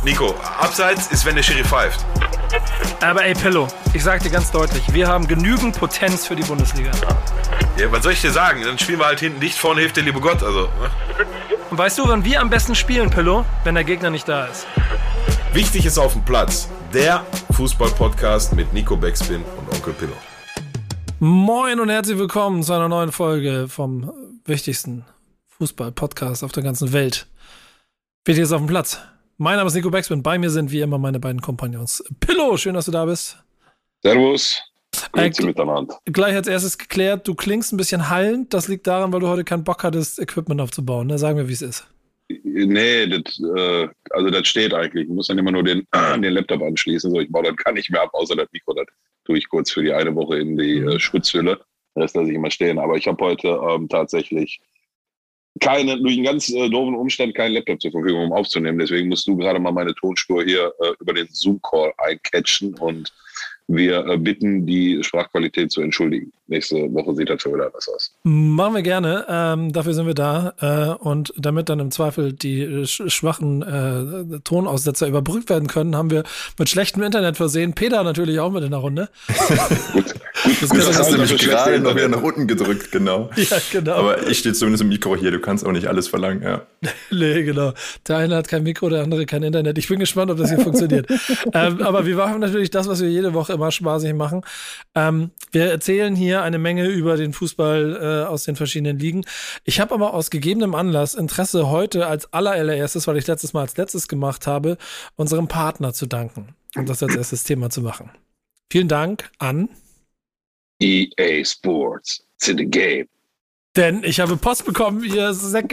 Nico, abseits ist, wenn der Schiri pfeift. Aber ey, Pillow, ich sag dir ganz deutlich, wir haben genügend Potenz für die Bundesliga. Ja, was soll ich dir sagen? Dann spielen wir halt hinten dicht, vorne hilft der liebe Gott. Also, ne? Und weißt du, wann wir am besten spielen, Pillow? Wenn der Gegner nicht da ist. Wichtig ist auf dem Platz. Der Fußball-Podcast mit Nico Backspin und Onkel Pillow. Moin und herzlich willkommen zu einer neuen Folge vom wichtigsten Fußball-Podcast auf der ganzen Welt. Wichtig ist auf dem Platz. Mein Name ist Nico Backspin. Bei mir sind wie immer meine beiden Kompagnons. Pillow, schön, dass du da bist. Servus. Grüezi miteinander. Gleich als erstes geklärt, du klingst ein bisschen hallend. Das liegt daran, weil du heute keinen Bock hattest, Equipment aufzubauen. Ne? Sagen wir, wie es ist. Nee, das steht eigentlich. Ich muss dann immer nur den Laptop anschließen. So, ich baue das gar nicht mehr ab, außer das Mikro. Das tue ich kurz für die eine Woche in die Schutzhülle. Den Rest lasse ich immer stehen. Aber ich habe heute tatsächlich durch einen ganz doofen Umstand keinen Laptop zur Verfügung, um aufzunehmen. Deswegen musst du gerade mal meine Tonspur hier über den Zoom-Call eincatchen und wir bitten, die Sprachqualität zu entschuldigen. Nächste Woche sieht das schon wieder anders aus. Machen wir gerne. Dafür sind wir da. Und damit dann im Zweifel die schwachen Tonaussetzer überbrückt werden können, haben wir mit schlechtem Internet versehen. Peter natürlich auch mit in der Runde. Gut, das hast du nämlich gerade noch wieder nach unten gedrückt, genau. Ja, genau. Aber ich stehe zumindest im Mikro hier, du kannst auch nicht alles verlangen, ja. Nee, genau. Der eine hat kein Mikro, der andere kein Internet. Ich bin gespannt, ob das hier funktioniert. Aber wir machen natürlich das, was wir jede Woche immer spaßig machen. Wir erzählen hier eine Menge über den Fußball aus den verschiedenen Ligen. Ich habe aber aus gegebenem Anlass Interesse, heute als allererstes, weil ich letztes Mal als letztes gemacht habe, unserem Partner zu danken und das als erstes Thema zu machen. Vielen Dank an EA Sports. It's in the game. Denn ich habe Post bekommen, ihr Säcke.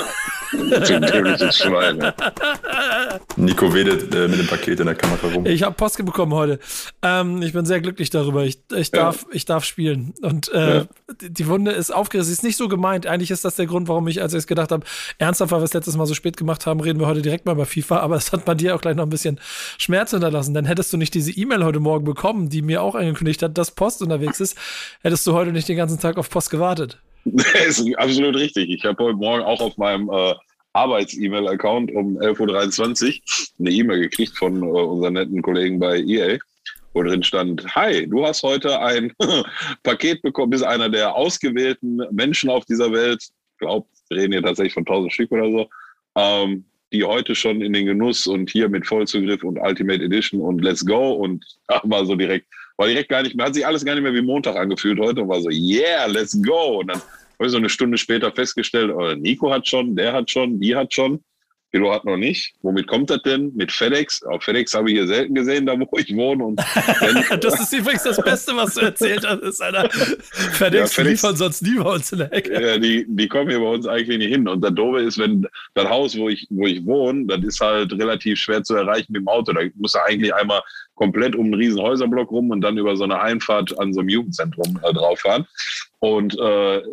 Schweine. Nico wedelt mit dem Paket in der Kamera rum. Ich habe Post bekommen heute. Ich bin sehr glücklich darüber. Ich darf spielen. Und die Wunde ist aufgerissen. Sie ist nicht so gemeint. Eigentlich ist das der Grund, warum ich, als ich es gedacht habe, ernsthaft, weil wir es letztes Mal so spät gemacht haben, reden wir heute direkt mal über FIFA. Aber es hat bei dir auch gleich noch ein bisschen Schmerz hinterlassen. Dann hättest du nicht diese E-Mail heute Morgen bekommen, die mir auch angekündigt hat, dass Post unterwegs ist, hättest du heute nicht den ganzen Tag auf Post gewartet. Das ist absolut richtig. Ich habe heute Morgen auch auf meinem Arbeits-E-Mail-Account um 11.23 Uhr eine E-Mail gekriegt von unseren netten Kollegen bei EA, wo drin stand: Hi, du hast heute ein Paket bekommen, bist einer der ausgewählten Menschen auf dieser Welt, ich glaube, wir reden hier tatsächlich von 1000 Stück oder so, die heute schon in den Genuss und hier mit Vollzugriff und Ultimate Edition und Let's Go, und war direkt gar nicht mehr, hat sich alles gar nicht mehr wie Montag angefühlt heute und war so, yeah, let's go. Und dann habe ich so eine Stunde später festgestellt, Nico hat schon, der hat schon, die hat schon, Pillow hat noch nicht. Womit kommt das denn? Mit FedEx? Auf FedEx habe ich hier selten gesehen, da wo ich wohne. Und das ist übrigens das Beste, was du erzählt hast. Ist einer FedEx liefern sonst nie bei uns in der Ecke. Ja, die kommen hier bei uns eigentlich nicht hin. Und das Doofe ist, wenn das Haus, wo ich wohne, das ist halt relativ schwer zu erreichen mit dem Auto. Da musst du eigentlich einmal komplett um einen riesen Häuserblock rum und dann über so eine Einfahrt an so einem Jugendzentrum drauf fahren. Und wir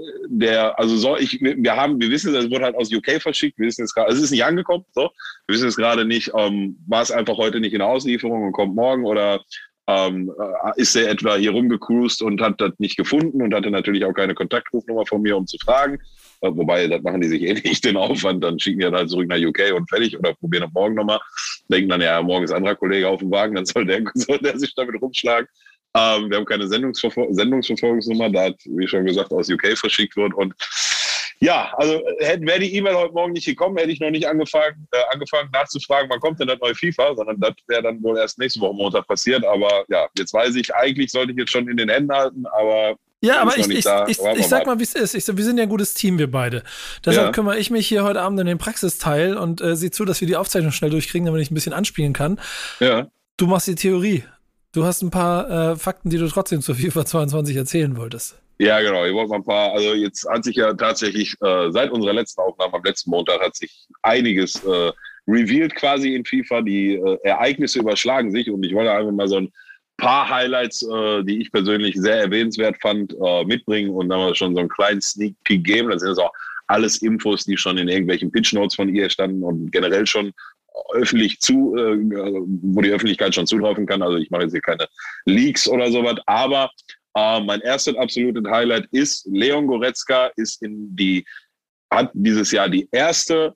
wissen, es wurde halt aus UK verschickt. Wir wissen jetzt gerade, es ist nicht angekommen. So, wir wissen jetzt gerade nicht, war es einfach heute nicht in der Auslieferung und kommt morgen, oder ist er etwa hier rumgecruised und hat das nicht gefunden und hatte natürlich auch keine Kontaktrufnummer von mir, um zu fragen. Wobei, das machen die sich eh nicht den Aufwand, dann schicken die halt zurück nach UK und fertig, oder probieren das morgen nochmal. Denken dann, ja, morgen ist ein anderer Kollege auf dem Wagen, dann soll der sich damit rumschlagen. Wir haben keine Sendungsverfolgungsnummer, da hat, wie schon gesagt, aus UK verschickt wird. Und ja, also wäre die E-Mail heute Morgen nicht gekommen, hätte ich noch nicht angefangen nachzufragen, wann kommt denn das neue FIFA, sondern das wäre dann wohl erst nächste Woche Montag passiert. Aber ja, jetzt weiß ich, eigentlich sollte ich jetzt schon in den Händen halten, aber ja, aber ich sag mal, wie es ist. Wir sind ja ein gutes Team, wir beide. Deshalb kümmere ich mich hier heute Abend um den Praxisteil und sieh zu, dass wir die Aufzeichnung schnell durchkriegen, damit ich ein bisschen anspielen kann. Ja. Du machst die Theorie. Du hast ein paar Fakten, die du trotzdem zur FIFA 22 erzählen wolltest. Ja, genau. Ich wollte mal ein paar, also jetzt hat sich ja tatsächlich seit unserer letzten Aufnahme am letzten Montag hat sich einiges revealed quasi in FIFA. Die Ereignisse überschlagen sich, und ich wollte einfach mal so ein paar Highlights, die ich persönlich sehr erwähnenswert fand, mitbringen, und dann haben wir schon so einen kleinen Sneak Peek geben. Das sind jetzt auch alles Infos, die schon in irgendwelchen Pitch Notes von ihr standen und generell schon öffentlich wo die Öffentlichkeit schon zugreifen kann. Also ich mache jetzt hier keine Leaks oder sowas, aber mein erstes absolutes Highlight ist, Leon Goretzka hat dieses Jahr die erste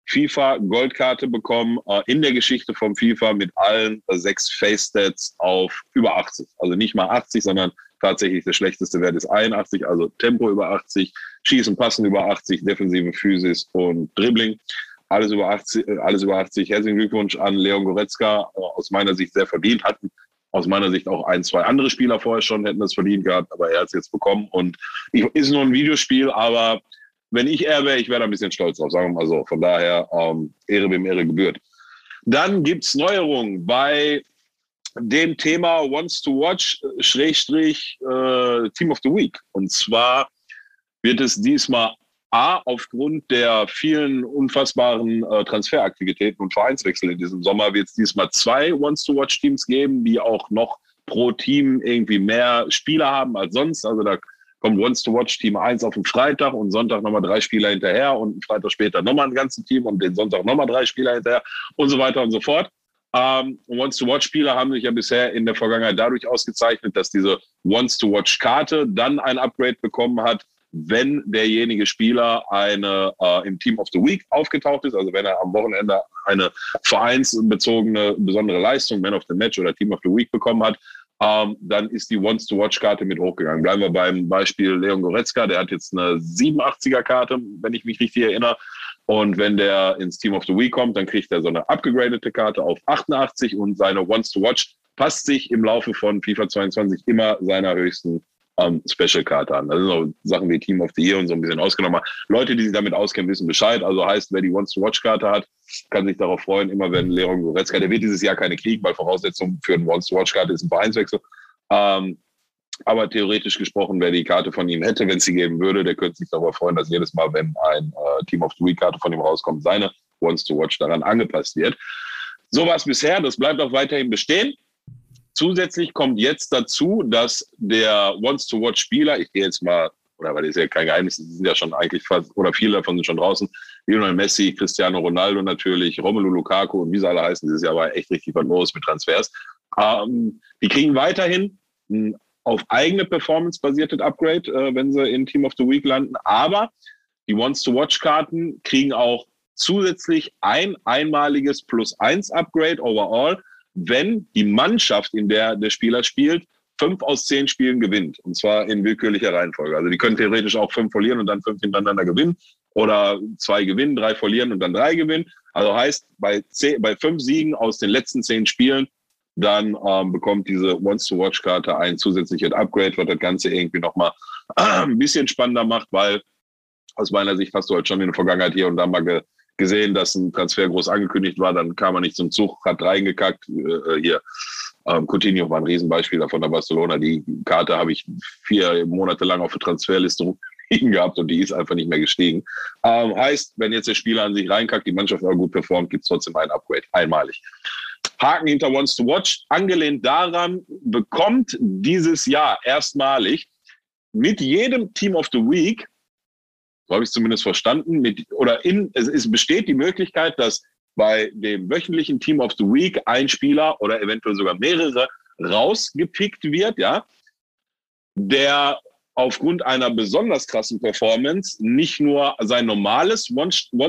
FIFA-Goldkarte bekommen in der Geschichte vom FIFA mit allen 6 Face-Stats auf über 80. Also nicht mal 80, sondern tatsächlich der schlechteste Wert ist 81, also Tempo über 80, Schießen, Passen über 80, defensive Physis und Dribbling. Alles über 80. Herzlichen Glückwunsch an Leon Goretzka. Aus meiner Sicht sehr verdient. Hatten aus meiner Sicht auch 1, 2 andere Spieler vorher schon, hätten das verdient gehabt, aber er hat es jetzt bekommen. Und ist nur ein Videospiel, aber wenn ich er wäre, ich wäre da ein bisschen stolz drauf, sagen wir mal so. Von daher, Ehre wem Ehre gebührt. Dann gibt es Neuerungen bei dem Thema Wants to Watch / Team of the Week. Und zwar wird es diesmal aufgrund der vielen unfassbaren Transferaktivitäten und Vereinswechsel in diesem Sommer wird es diesmal 2 Wants to Watch Teams geben, die auch noch pro Team irgendwie mehr Spieler haben als sonst. Also da kommt Wants to Watch Team 1 auf den Freitag und Sonntag nochmal 3 Spieler hinterher und einen Freitag später nochmal ein ganzes Team und den Sonntag nochmal 3 Spieler hinterher und so weiter und so fort. Wants to Watch Spieler haben sich ja bisher in der Vergangenheit dadurch ausgezeichnet, dass diese Wants to Watch Karte dann ein Upgrade bekommen hat, wenn derjenige Spieler im Team of the Week aufgetaucht ist, also wenn er am Wochenende eine vereinsbezogene besondere Leistung, Man of the Match oder Team of the Week bekommen hat, dann ist die Wants-to-Watch-Karte mit hochgegangen. Bleiben wir beim Beispiel Leon Goretzka, der hat jetzt eine 87er-Karte, wenn ich mich richtig erinnere. Und wenn der ins Team of the Week kommt, dann kriegt er so eine abgegradete Karte auf 88 und seine Wants-to-Watch passt sich im Laufe von FIFA 22 immer seiner höchsten Special-Karte an. Also so Sachen wie Team of the Year und so ein bisschen ausgenommen. Leute, die sich damit auskennen, wissen Bescheid. Also heißt, wer die Wants-to-Watch-Karte hat, kann sich darauf freuen, immer wenn Leon Goretzka, der wird dieses Jahr keine kriegen, weil Voraussetzung für eine Wants-to-Watch-Karte ist ein Vereinswechsel. Aber theoretisch gesprochen, wer die Karte von ihm hätte, wenn es sie geben würde, der könnte sich darüber freuen, dass jedes Mal, wenn ein Team of the Week-Karte von ihm rauskommt, seine Wants-to-Watch daran angepasst wird. So war es bisher, das bleibt auch weiterhin bestehen. Zusätzlich kommt jetzt dazu, dass der Wants-to-Watch-Spieler, ich gehe jetzt mal, oder weil das ist ja kein Geheimnis, die sind ja schon eigentlich fast, oder viele davon sind schon draußen, Lionel Messi, Cristiano Ronaldo natürlich, Romelu Lukaku und wie sie alle heißen, dieses Jahr war echt richtig was los mit Transfers. Die kriegen weiterhin ein auf eigene Performance basiertes Upgrade, wenn sie in Team of the Week landen, aber die Wants-to-Watch-Karten kriegen auch zusätzlich ein einmaliges +1 Upgrade overall, wenn die Mannschaft, in der der Spieler spielt, 5 aus 10 Spielen gewinnt. Und zwar in willkürlicher Reihenfolge. Also die können theoretisch auch 5 verlieren und dann 5 hintereinander gewinnen. Oder 2 gewinnen, 3 verlieren und dann 3 gewinnen. Also heißt, bei 5 Siegen aus den letzten 10 Spielen, dann bekommt diese Wants-to-Watch-Karte ein zusätzliches Upgrade, was das Ganze irgendwie nochmal ein bisschen spannender macht, weil aus meiner Sicht hast du halt schon in der Vergangenheit hier und da mal gesehen, dass ein Transfer groß angekündigt war, dann kam er nicht zum Zug, hat reingekackt. Coutinho war ein Riesenbeispiel davon, der Barcelona. Die Karte habe ich 4 Monate lang auf der Transferliste liegen gehabt und die ist einfach nicht mehr gestiegen. Heißt, wenn jetzt der Spieler an sich reinkackt, die Mannschaft aber gut performt, gibt es trotzdem ein Upgrade, einmalig. Haken hinter Wants to Watch, angelehnt daran, bekommt dieses Jahr erstmalig mit jedem Team of the Week, so habe ich es zumindest verstanden, es besteht die Möglichkeit, dass bei dem wöchentlichen Team of the Week ein Spieler oder eventuell sogar mehrere rausgepickt wird, ja, der aufgrund einer besonders krassen Performance nicht nur sein normales Team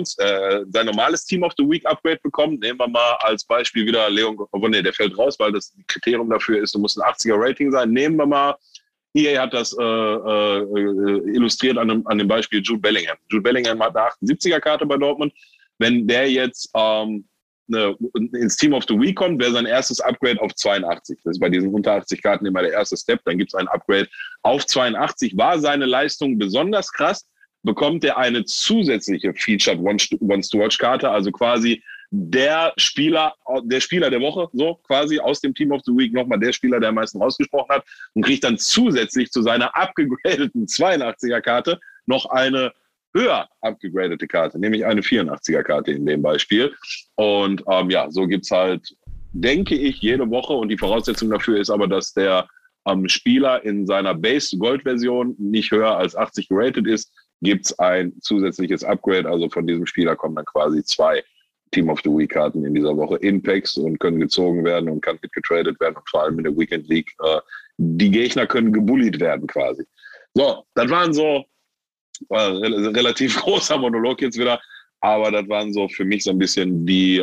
of the Week Upgrade bekommt. Nehmen wir mal als Beispiel wieder Leon, der fällt raus, weil das Kriterium dafür ist, du musst ein 80er Rating sein. Nehmen wir mal, EA hat das illustriert an dem Beispiel Jude Bellingham. Jude Bellingham hat eine 78er Karte bei Dortmund. Wenn der jetzt ins Team of the Week kommt, wäre sein erstes Upgrade auf 82. Das ist bei diesen unter 80 Karten immer der erste Step. Dann gibt es ein Upgrade auf 82. War seine Leistung besonders krass, bekommt er eine zusätzliche Featured Wants-to-Watch-Karte, also quasi der Spieler der Woche, so quasi aus dem Team of the Week nochmal der Spieler, der am meisten rausgesprochen hat und kriegt dann zusätzlich zu seiner abgegradeten 82er-Karte noch eine höher abgegradete Karte, nämlich eine 84er-Karte in dem Beispiel. Und so gibt's halt, denke ich, jede Woche und die Voraussetzung dafür ist aber, dass der Spieler in seiner Base-Gold-Version nicht höher als 80 geratet ist, gibt's ein zusätzliches Upgrade. Also von diesem Spieler kommen dann quasi 2 Team of the Week-Karten in dieser Woche in Packs und können gezogen werden und kann mitgetradet werden und vor allem in der Weekend League. Die Gegner können gebullied werden quasi. So, das waren so relativ großer Monolog jetzt wieder. Aber das waren so für mich so ein bisschen die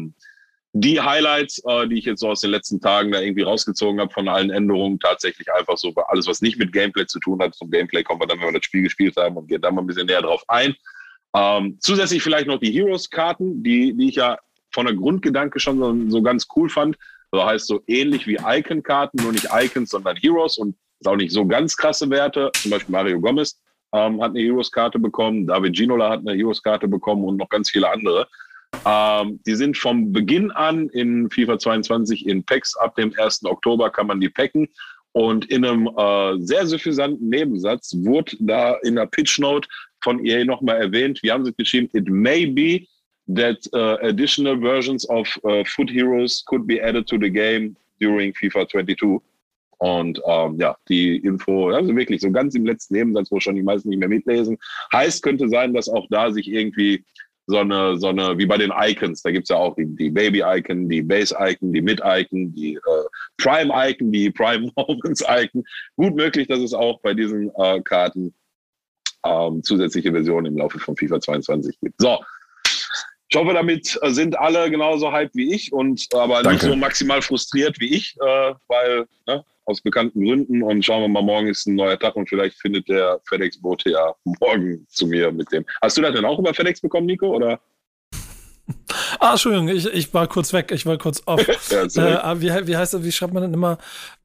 Highlights, die ich jetzt so aus den letzten Tagen da irgendwie rausgezogen habe von allen Änderungen. Tatsächlich einfach so alles, was nicht mit Gameplay zu tun hat. Zum Gameplay kommen wir dann, wenn wir das Spiel gespielt haben, und gehen da mal ein bisschen näher drauf ein. Zusätzlich vielleicht noch die Heroes-Karten, die ich ja von der Grundgedanke schon so ganz cool fand. Das heißt so ähnlich wie Icon-Karten, nur nicht Icons, sondern Heroes, und ist auch nicht so ganz krasse Werte. Zum Beispiel Mario Gomez hat eine Heroes-Karte bekommen, David Ginola hat eine Heroes-Karte bekommen und noch ganz viele andere. Die sind vom Beginn an in FIFA 22 in Packs. Ab dem 1. Oktober kann man die packen. Und in einem sehr suffisanten Nebensatz wurde da in der Pitch-Note von EA nochmal erwähnt, wie haben sie geschrieben, it may be that additional versions of Foot Heroes could be added to the game during FIFA 22. Und die Info, also wirklich so ganz im letzten Nebensatz, wo schon die meisten nicht mehr mitlesen. Heißt, könnte sein, dass auch da sich irgendwie so eine, wie bei den Icons, da gibt's ja auch die Baby-Icon, die Base-Icon, die Mid-Icon, die Prime-Icon, die Prime-Moments-Icon. Gut möglich, dass es auch bei diesen Karten zusätzliche Versionen im Laufe von FIFA 22 gibt. So, ich hoffe, damit sind alle genauso hyped wie ich, aber nicht so maximal frustriert wie ich, weil aus bekannten Gründen, und schauen wir mal, morgen ist ein neuer Tag und vielleicht findet der FedEx-Bote ja morgen zu mir mit dem. Hast du das denn auch über FedEx bekommen, Nico, oder? Entschuldigung, ich war kurz weg, ich war kurz off. Wie heißt das, wie schreibt man denn immer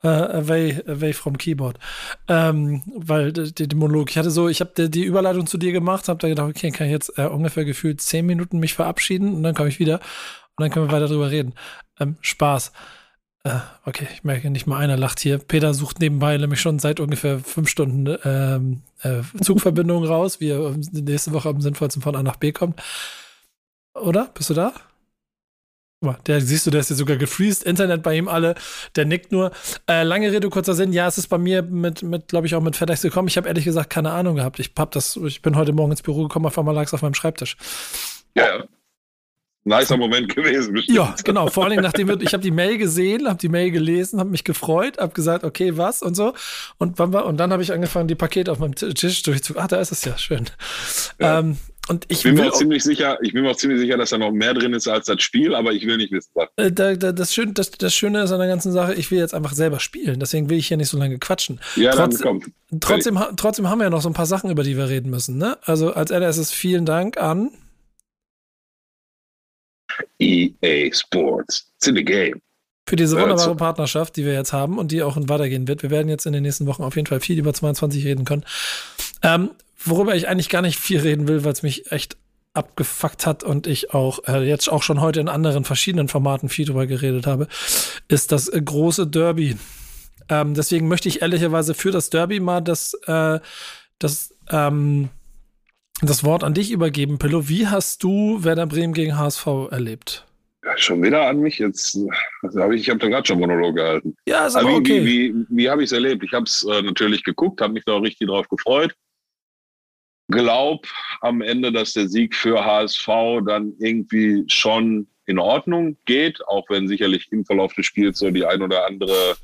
away from Keyboard? Weil die Monolog, ich habe die Überleitung zu dir gemacht, habe da gedacht, okay, kann ich jetzt ungefähr gefühlt 10 Minuten mich verabschieden und dann komme ich wieder und dann können wir weiter drüber reden. Spaß. Okay, ich merke, nicht mal einer lacht hier. Peter sucht nebenbei nämlich schon seit ungefähr 5 Stunden Zugverbindungen raus, wie er nächste Woche am sinnvollsten von A nach B kommt. Oder? Bist du da? Siehst du, der ist jetzt sogar gefreezed. Internet bei ihm alle. Der nickt nur. Lange Rede, kurzer Sinn. Ja, es ist bei mir mit glaube ich, auch mit FedEx gekommen. Ich habe ehrlich gesagt keine Ahnung gehabt. Ich bin heute Morgen ins Büro gekommen, auf einmal lag es auf meinem Schreibtisch. Ja. Nicer Moment gewesen, bestimmt. Ja, genau. Vor allen Dingen, ich habe die Mail gesehen, habe die Mail gelesen, habe mich gefreut, habe gesagt, okay, was und so. Und dann habe ich angefangen, die Pakete auf meinem Tisch durchzugucken. Da ist es ja, schön. Ja. Und ich bin mir auch ziemlich sicher, dass da noch mehr drin ist als das Spiel, aber ich will nicht wissen, was. Das Schöne ist an der ganzen Sache, ich will jetzt einfach selber spielen, deswegen will ich hier nicht so lange quatschen. Ja, trotzdem haben wir ja noch so ein paar Sachen, über die wir reden müssen, ne? Also als allererstes vielen Dank an EA Sports. It's in the game. Für diese wunderbare Partnerschaft, die wir jetzt haben und die auch weitergehen wird. Wir werden jetzt in den nächsten Wochen auf jeden Fall viel über 22 reden können. Worüber ich eigentlich gar nicht viel reden will, weil es mich echt abgefuckt hat und ich auch jetzt auch schon heute in anderen verschiedenen Formaten viel drüber geredet habe, ist das große Derby. Deswegen möchte ich ehrlicherweise für das Derby mal das Wort an dich übergeben, Pillow. Wie hast du Werder Bremen gegen HSV erlebt? Ja, schon wieder an mich jetzt. Ich habe da gerade schon Monolog gehalten. Ja, ist aber okay. Wie habe ich es erlebt? Ich habe es natürlich geguckt, habe mich da auch richtig drauf gefreut. Glaub am Ende, dass der Sieg für HSV dann irgendwie schon in Ordnung geht, auch wenn sicherlich im Verlauf des Spiels so die ein oder andere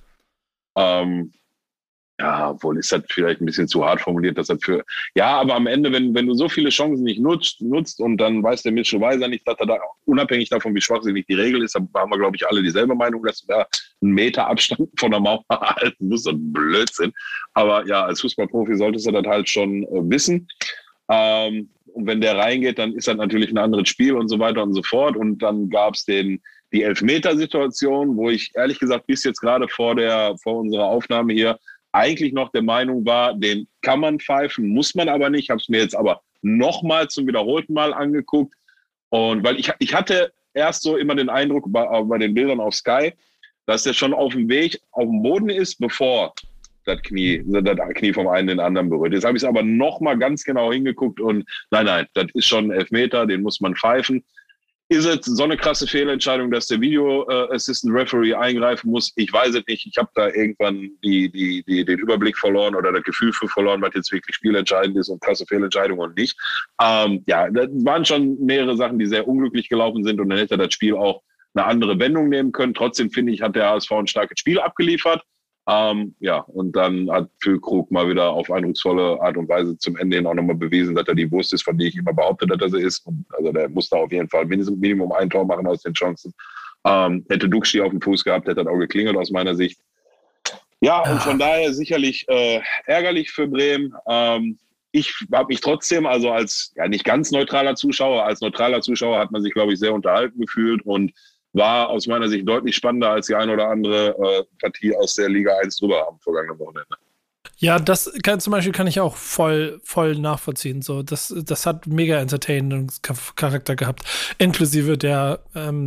obwohl ist das vielleicht ein bisschen zu hart formuliert, dass das aber am Ende, wenn du so viele Chancen nicht nutzt und dann weiß der Mitchell Weiser nicht, dass er da, unabhängig davon, wie schwachsinnig die Regel ist, da haben wir, glaube ich, alle dieselbe Meinung, dass du da einen Meter Abstand von der Mauer halten musst, so ein Blödsinn. Aber ja, als Fußballprofi solltest du das halt schon wissen. Und wenn der reingeht, dann ist das natürlich ein anderes Spiel und so weiter und so fort. Und dann gab es die Elfmeter-Situation, wo ich ehrlich gesagt bis jetzt gerade vor unserer Aufnahme hier eigentlich noch der Meinung war, den kann man pfeifen, muss man aber nicht. Habe es mir jetzt aber nochmal zum wiederholten Mal angeguckt. Und weil ich hatte erst so immer den Eindruck bei den Bildern auf Sky, dass der schon auf dem Weg auf dem Boden ist, bevor das Knie vom einen den anderen berührt. Jetzt habe ich es aber nochmal ganz genau hingeguckt und nein, das ist schon ein Elfmeter, den muss man pfeifen. Ist es so eine krasse Fehlentscheidung, dass der Video Assistant Referee eingreifen muss? Ich weiß es nicht. Ich habe da irgendwann den Überblick verloren oder das Gefühl für verloren, was jetzt wirklich spielentscheidend ist und krasse Fehlentscheidungen und nicht. Das waren schon mehrere Sachen, die sehr unglücklich gelaufen sind und dann hätte das Spiel auch eine andere Wendung nehmen können. Trotzdem finde ich, hat der HSV ein starkes Spiel abgeliefert. Und dann hat Füllkrug mal wieder auf eindrucksvolle Art und Weise zum Ende hin auch nochmal bewiesen, dass er die Wurst ist, von der ich immer behaupte, dass er sie ist. Und also der muss da auf jeden Fall Minimum ein Tor machen aus den Chancen. Hätte Duxchi auf dem Fuß gehabt, hätte das auch geklingelt aus meiner Sicht. Ja, und von daher sicherlich ärgerlich für Bremen. Ich habe mich trotzdem, also als nicht ganz neutraler Zuschauer, hat man sich, glaube ich, sehr unterhalten gefühlt und war aus meiner Sicht deutlich spannender als die eine oder andere Partie aus der Liga 1 drüber am vergangenen Wochenende. Ja, das kann ich auch voll nachvollziehen. So, das hat mega Entertainment-Charakter gehabt, inklusive der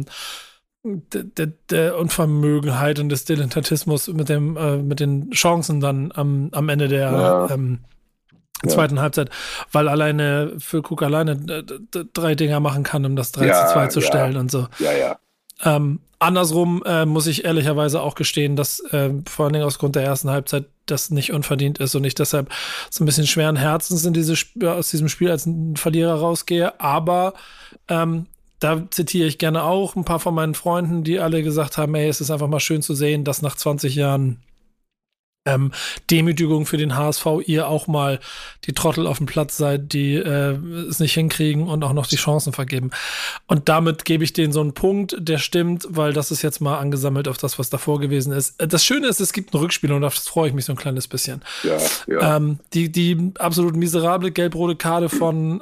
Unvermögenheit und des Dilettantismus mit den Chancen dann am Ende der zweiten Halbzeit, weil alleine Füllkrug 3 Dinger machen kann, um das 3:2 zu stellen und so. Ja. Andersrum muss ich ehrlicherweise auch gestehen, dass vor allen Dingen aus Grund der ersten Halbzeit das nicht unverdient ist und ich deshalb so ein bisschen schweren Herzens aus diesem Spiel als ein Verlierer rausgehe. Aber da zitiere ich gerne auch ein paar von meinen Freunden, die alle gesagt haben, ey, es ist einfach mal schön zu sehen, dass nach 20 Jahren Demütigung für den HSV ihr auch mal die Trottel auf dem Platz seid, die es nicht hinkriegen und auch noch die Chancen vergeben. Und damit gebe ich denen so einen Punkt, der stimmt, weil das ist jetzt mal angesammelt auf das, was davor gewesen ist. Das Schöne ist, es gibt ein Rückspiel und auf das freue ich mich so ein kleines bisschen. Ja. Die absolut miserable gelb-rote Karte von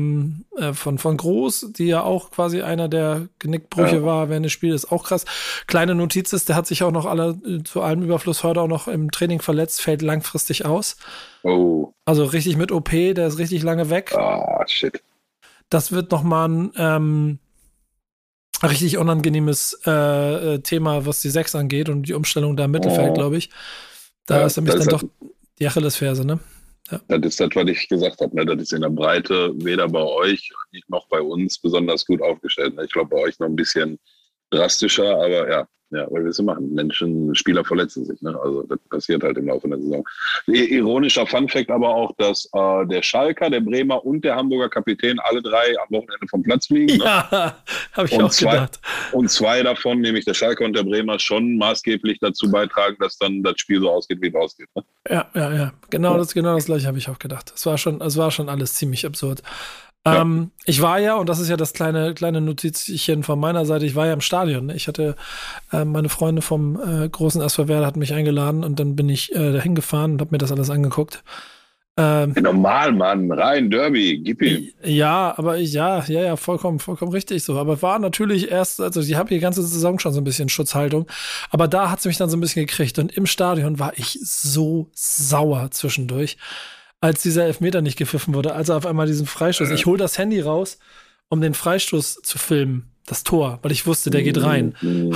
Groß, die ja auch quasi einer der Genickbrüche war während des Spiels, ist auch krass. Kleine Notiz ist, der hat sich auch noch zu allem Überfluss heute auch noch im Training verletzt, fällt langfristig aus. Oh. Also richtig mit OP, der ist richtig lange weg. Ah, shit. Das wird nochmal ein richtig unangenehmes Thema, was die 6 angeht und die Umstellung da im Mittelfeld, glaube ich. Da ist nämlich dann doch die Achillesferse, ne? Ja. Das ist das, was ich gesagt habe. Ne? Das ist in der Breite weder bei euch noch bei uns besonders gut aufgestellt. Ich glaube, bei euch noch ein bisschen drastischer, aber ja, weil wir es machen. Spieler verletzen sich. Ne? Also das passiert halt im Laufe der Saison. Ironischer Funfact aber auch, dass der Schalker, der Bremer und der Hamburger Kapitän alle 3 am Wochenende vom Platz fliegen. Ja, habe ich auch gedacht. Und 2 davon, nämlich der Schalker und der Bremer, schon maßgeblich dazu beitragen, dass dann das Spiel so ausgeht, wie es ausgeht. Ne? Ja. Genau das Gleiche habe ich auch gedacht. Es war schon alles ziemlich absurd. Ja. Ich war ja, und das ist ja das kleine Notizchen von meiner Seite, ich war ja im Stadion. Ne? Ich hatte meine Freunde vom großen SV Werder hatten mich eingeladen und dann bin ich dahin gefahren und habe mir das alles angeguckt. Normal, Mann, rein, Derby, gib ihm. Ja, aber vollkommen richtig so. Aber war natürlich erst, also ich habe die ganze Saison schon so ein bisschen Schutzhaltung, aber da hat es mich dann so ein bisschen gekriegt und im Stadion war ich so sauer zwischendurch, als dieser Elfmeter nicht gepfiffen wurde, also auf einmal diesen Freistoß. Ich hole das Handy raus, um den Freistoß zu filmen, das Tor, weil ich wusste, der geht rein.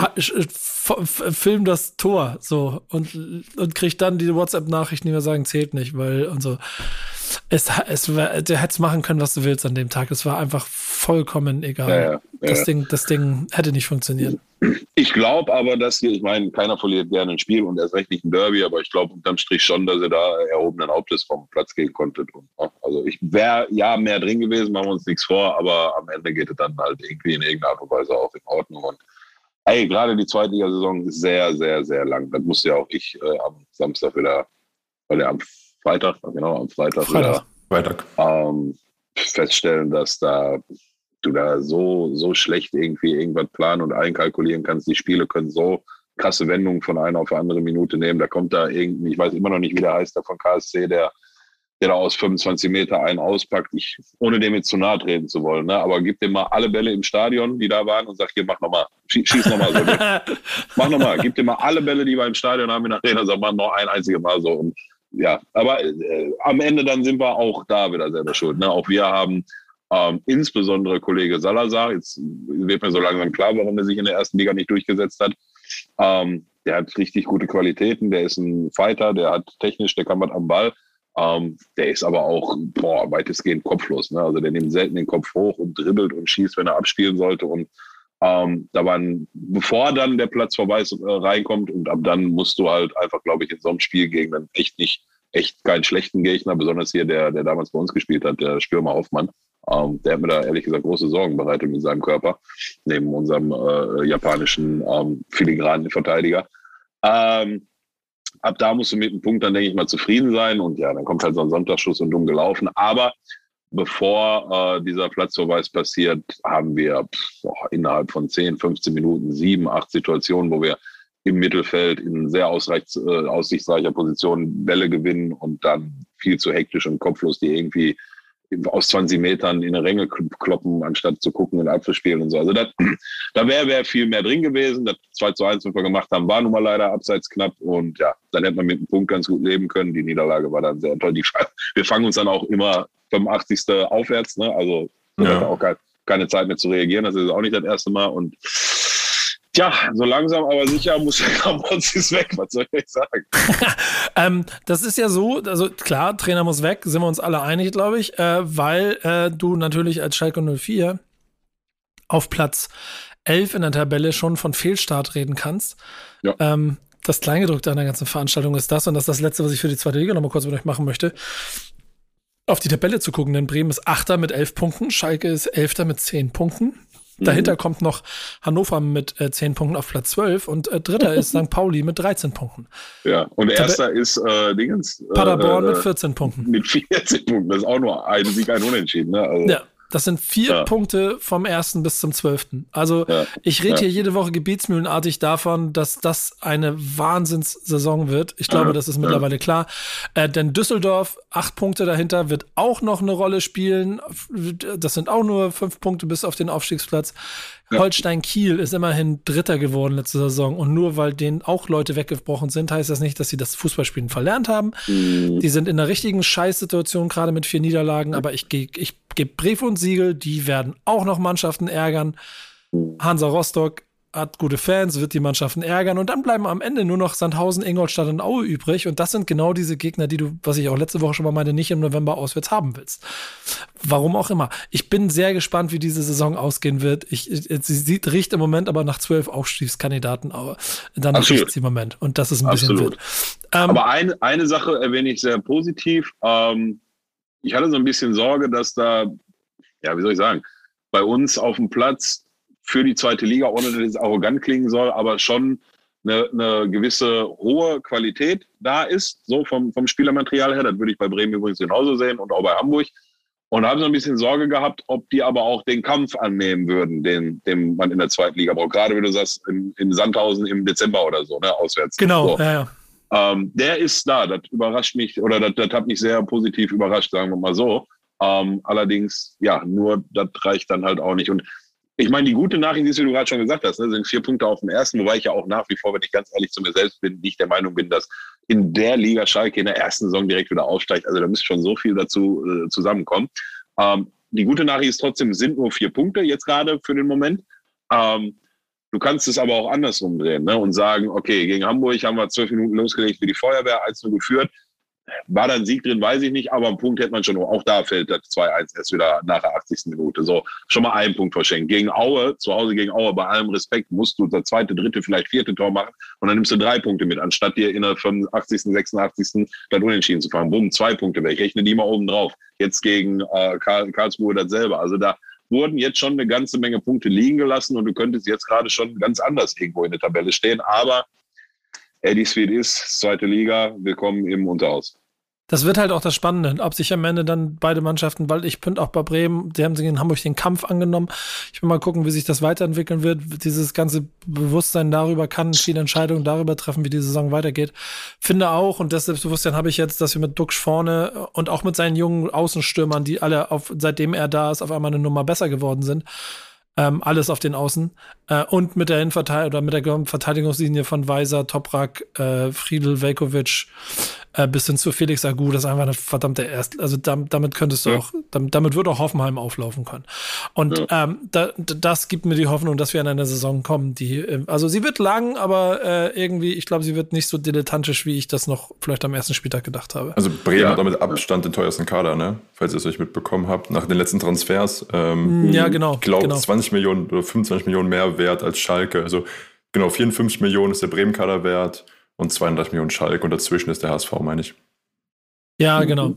Film das Tor, so, und krieg dann die WhatsApp-Nachrichten, die mir sagen, zählt nicht, weil, und so. Der hätte machen können, was du willst an dem Tag. Es war einfach vollkommen egal. Das Ding hätte nicht funktioniert. Ich glaube aber, ich meine, keiner verliert gerne ein Spiel und erst recht nicht ein Derby, aber ich glaube unterm Strich schon, dass ihr da erhobenen Hauptes vom Platz gehen konntet. Also ich wäre mehr drin gewesen, machen wir uns nichts vor, aber am Ende geht es dann halt irgendwie in irgendeiner Art und Weise auch in Ordnung. Und gerade die Zweitligasaison ist sehr, sehr, sehr lang. Das musste ja auch ich am Samstag wieder, oder am Freitag wieder feststellen, dass du da so schlecht irgendwie irgendwas planen und einkalkulieren kannst. Die Spiele können so krasse Wendungen von einer auf eine andere Minute nehmen. Da kommt da ich weiß immer noch nicht, wie der heißt, der von KSC, der da aus 25 Meter einen auspackt. Ohne dem jetzt zu nahe treten zu wollen, ne? Aber gib dem mal alle Bälle im Stadion, die da waren und sag, hier, mach nochmal. Schieß nochmal so. Mach nochmal. Gib dir mal alle Bälle, die wir im Stadion haben in der Arena, sag mal noch ein einziges Mal so. Und ja, aber am Ende dann sind wir auch da wieder selber schuld. Ne? Auch wir haben insbesondere Kollege Salazar, jetzt wird mir so langsam klar, warum er sich in der ersten Liga nicht durchgesetzt hat. Der hat richtig gute Qualitäten, der ist ein Fighter, der hat technisch, der kann was am Ball. Der ist aber auch weitestgehend kopflos. Ne? Also der nimmt selten den Kopf hoch und dribbelt und schießt, wenn er abspielen sollte. Und bevor dann der Platz vorbei reinkommt und ab dann musst du halt einfach, glaube ich, in so einem Spiel gegen einen echt keinen schlechten Gegner, besonders hier, der damals bei uns gespielt hat, der Stürmer Hoffmann. Der hat mir da ehrlich gesagt große Sorgen bereitet mit seinem Körper, neben unserem japanischen filigranen Verteidiger. ab da musst du mit dem Punkt dann, denke ich mal, zufrieden sein. Und ja, dann kommt halt so ein Sonntagsschuss und dumm gelaufen. Aber bevor dieser Platzverweis passiert, haben wir innerhalb von 10, 15 Minuten 7, 8 Situationen, wo wir im Mittelfeld in sehr aussichtsreicher Position Bälle gewinnen und dann viel zu hektisch und kopflos die irgendwie aus 20 Metern in eine Ränge kloppen, anstatt zu gucken und abzuspielen und so. Also da wäre viel mehr drin gewesen. Das 2:1, was wir gemacht haben, war nun mal leider abseits knapp. Und ja, dann hätte man mit einem Punkt ganz gut leben können. Die Niederlage war dann sehr toll. Wir fangen uns dann auch immer 85. aufwärts. Ne? Also man hat auch keine Zeit mehr zu reagieren. Das ist auch nicht das erste Mal. Und tja, so langsam aber sicher muss der Kramponzis weg, was soll ich sagen? Das ist ja so, also klar, Trainer muss weg, sind wir uns alle einig, glaube ich, weil du natürlich als Schalke 04 auf Platz 11 in der Tabelle schon von Fehlstart reden kannst. Ja. Das Kleingedruckte an der ganzen Veranstaltung ist das, und das ist das Letzte, was ich für die zweite Liga nochmal kurz mit euch machen möchte, auf die Tabelle zu gucken, denn Bremen ist 8. mit 11 Punkten, Schalke ist 11. mit 10 Punkten. Dahinter kommt noch Hannover mit 10 Punkten auf Platz 12 und dritter ist St. Pauli mit 13 Punkten. Ja, und erster ist Paderborn mit 14 Punkten. Mit 14 Punkten, das ist auch nur ein Sieg, ein Unentschieden. Ne? Also, ja, das sind 4 Punkte vom 1. bis zum 12. Also ich rede hier jede Woche gebietsmühlenartig davon, dass das eine Wahnsinnssaison wird. Ich glaube, das ist mittlerweile klar. Denn Düsseldorf, 8 Punkte dahinter, wird auch noch eine Rolle spielen. Das sind auch nur 5 Punkte bis auf den Aufstiegsplatz. Holstein-Kiel ist immerhin Dritter geworden letzte Saison. Und nur weil denen auch Leute weggebrochen sind, heißt das nicht, dass sie das Fußballspielen verlernt haben. Die sind in einer richtigen Scheißsituation, gerade mit 4 Niederlagen. Aber ich gebe Brief und Siegel, die werden auch noch Mannschaften ärgern. Hansa Rostock hat gute Fans, wird die Mannschaften ärgern. Und dann bleiben am Ende nur noch Sandhausen, Ingolstadt und Aue übrig. Und das sind genau diese Gegner, die du, was ich auch letzte Woche schon mal meinte, nicht im November auswärts haben willst. Warum auch immer. Ich bin sehr gespannt, wie diese Saison ausgehen wird. Sie riecht im Moment aber nach 12 Aufstiegskandidaten. Aber dann riecht sie im Moment. Und das ist ein bisschen wild. Aber eine Sache erwähne ich sehr positiv. Ich hatte so ein bisschen Sorge, dass da, ja, wie soll ich sagen, bei uns auf dem Platz für die zweite Liga, ohne dass es arrogant klingen soll, aber schon eine gewisse hohe Qualität da ist, so vom Spielermaterial her. Das würde ich bei Bremen übrigens genauso sehen und auch bei Hamburg. Und habe so ein bisschen Sorge gehabt, ob die aber auch den Kampf annehmen würden, den man in der zweiten Liga braucht. Gerade, wie du sagst, in Sandhausen im Dezember oder so, ne, auswärts. Genau, so. ja. Der ist da, das überrascht mich, oder das hat mich sehr positiv überrascht, sagen wir mal so. Allerdings, ja, nur das reicht dann halt auch nicht. Und ich meine, die gute Nachricht ist, wie du gerade schon gesagt hast, ne, sind 4 Punkte auf dem ersten, wobei ich ja auch nach wie vor, wenn ich ganz ehrlich zu mir selbst bin, nicht der Meinung bin, dass in der Liga Schalke in der ersten Saison direkt wieder aufsteigt. Also da müsste schon so viel dazu zusammenkommen. Die gute Nachricht ist trotzdem, es sind nur 4 Punkte jetzt gerade für den Moment. Du kannst es aber auch andersrum drehen, ne, und sagen, okay, gegen Hamburg haben wir 12 Minuten losgelegt wie die Feuerwehr, 1-0 geführt. War da ein Sieg drin, weiß ich nicht, aber einen Punkt hätte man schon, auch da fällt das 2-1 erst wieder nach der 80. Minute. So, schon mal einen Punkt verschenkt. Gegen Aue, zu Hause gegen Aue, bei allem Respekt, musst du das 2., 3., vielleicht 4. Tor machen und dann nimmst du 3 Punkte mit, anstatt dir in der 85., 86. dann unentschieden zu fahren. Bumm, 2 Punkte weg. Rechne die mal oben drauf. Jetzt gegen Karlsruhe dasselbe. Also da wurden jetzt schon eine ganze Menge Punkte liegen gelassen und du könntest jetzt gerade schon ganz anders irgendwo in der Tabelle stehen, aber Eddie's wie es ist, zweite Liga, willkommen im Unterhaus. Das wird halt auch das Spannende, ob sich am Ende dann beide Mannschaften, weil ich finde auch bei Bremen, die haben sich in Hamburg den Kampf angenommen. Ich will mal gucken, wie sich das weiterentwickeln wird. Dieses ganze Bewusstsein darüber kann viele Entscheidungen darüber treffen, wie die Saison weitergeht. Finde auch, und das Selbstbewusstsein habe ich jetzt, dass wir mit Duxch vorne und auch mit seinen jungen Außenstürmern, die alle seitdem er da ist, auf einmal eine Nummer besser geworden sind. Alles auf den Außen. Und mit der mit der Verteidigungslinie von Weiser, Toprak, Friedl, Veljkovic bis hin zu Felix Agu, das ist einfach eine verdammte also damit könntest du auch, damit wird auch Hoffenheim auflaufen können. Und das gibt mir die Hoffnung, dass wir in eine Saison kommen, die, also sie wird lang, aber irgendwie, ich glaube, sie wird nicht so dilettantisch, wie ich das noch vielleicht am ersten Spieltag gedacht habe. Also Bremen hat damit Abstand den teuersten Kader, ne? Falls ihr es euch mitbekommen habt, nach den letzten Transfers. Ja, genau. Ich glaube, 20 Millionen oder 25 Millionen mehr wert als Schalke. Also genau, 54 Millionen ist der Bremen-Kader wert und 32 Millionen Schalke und dazwischen ist der HSV, meine ich. Ja, genau.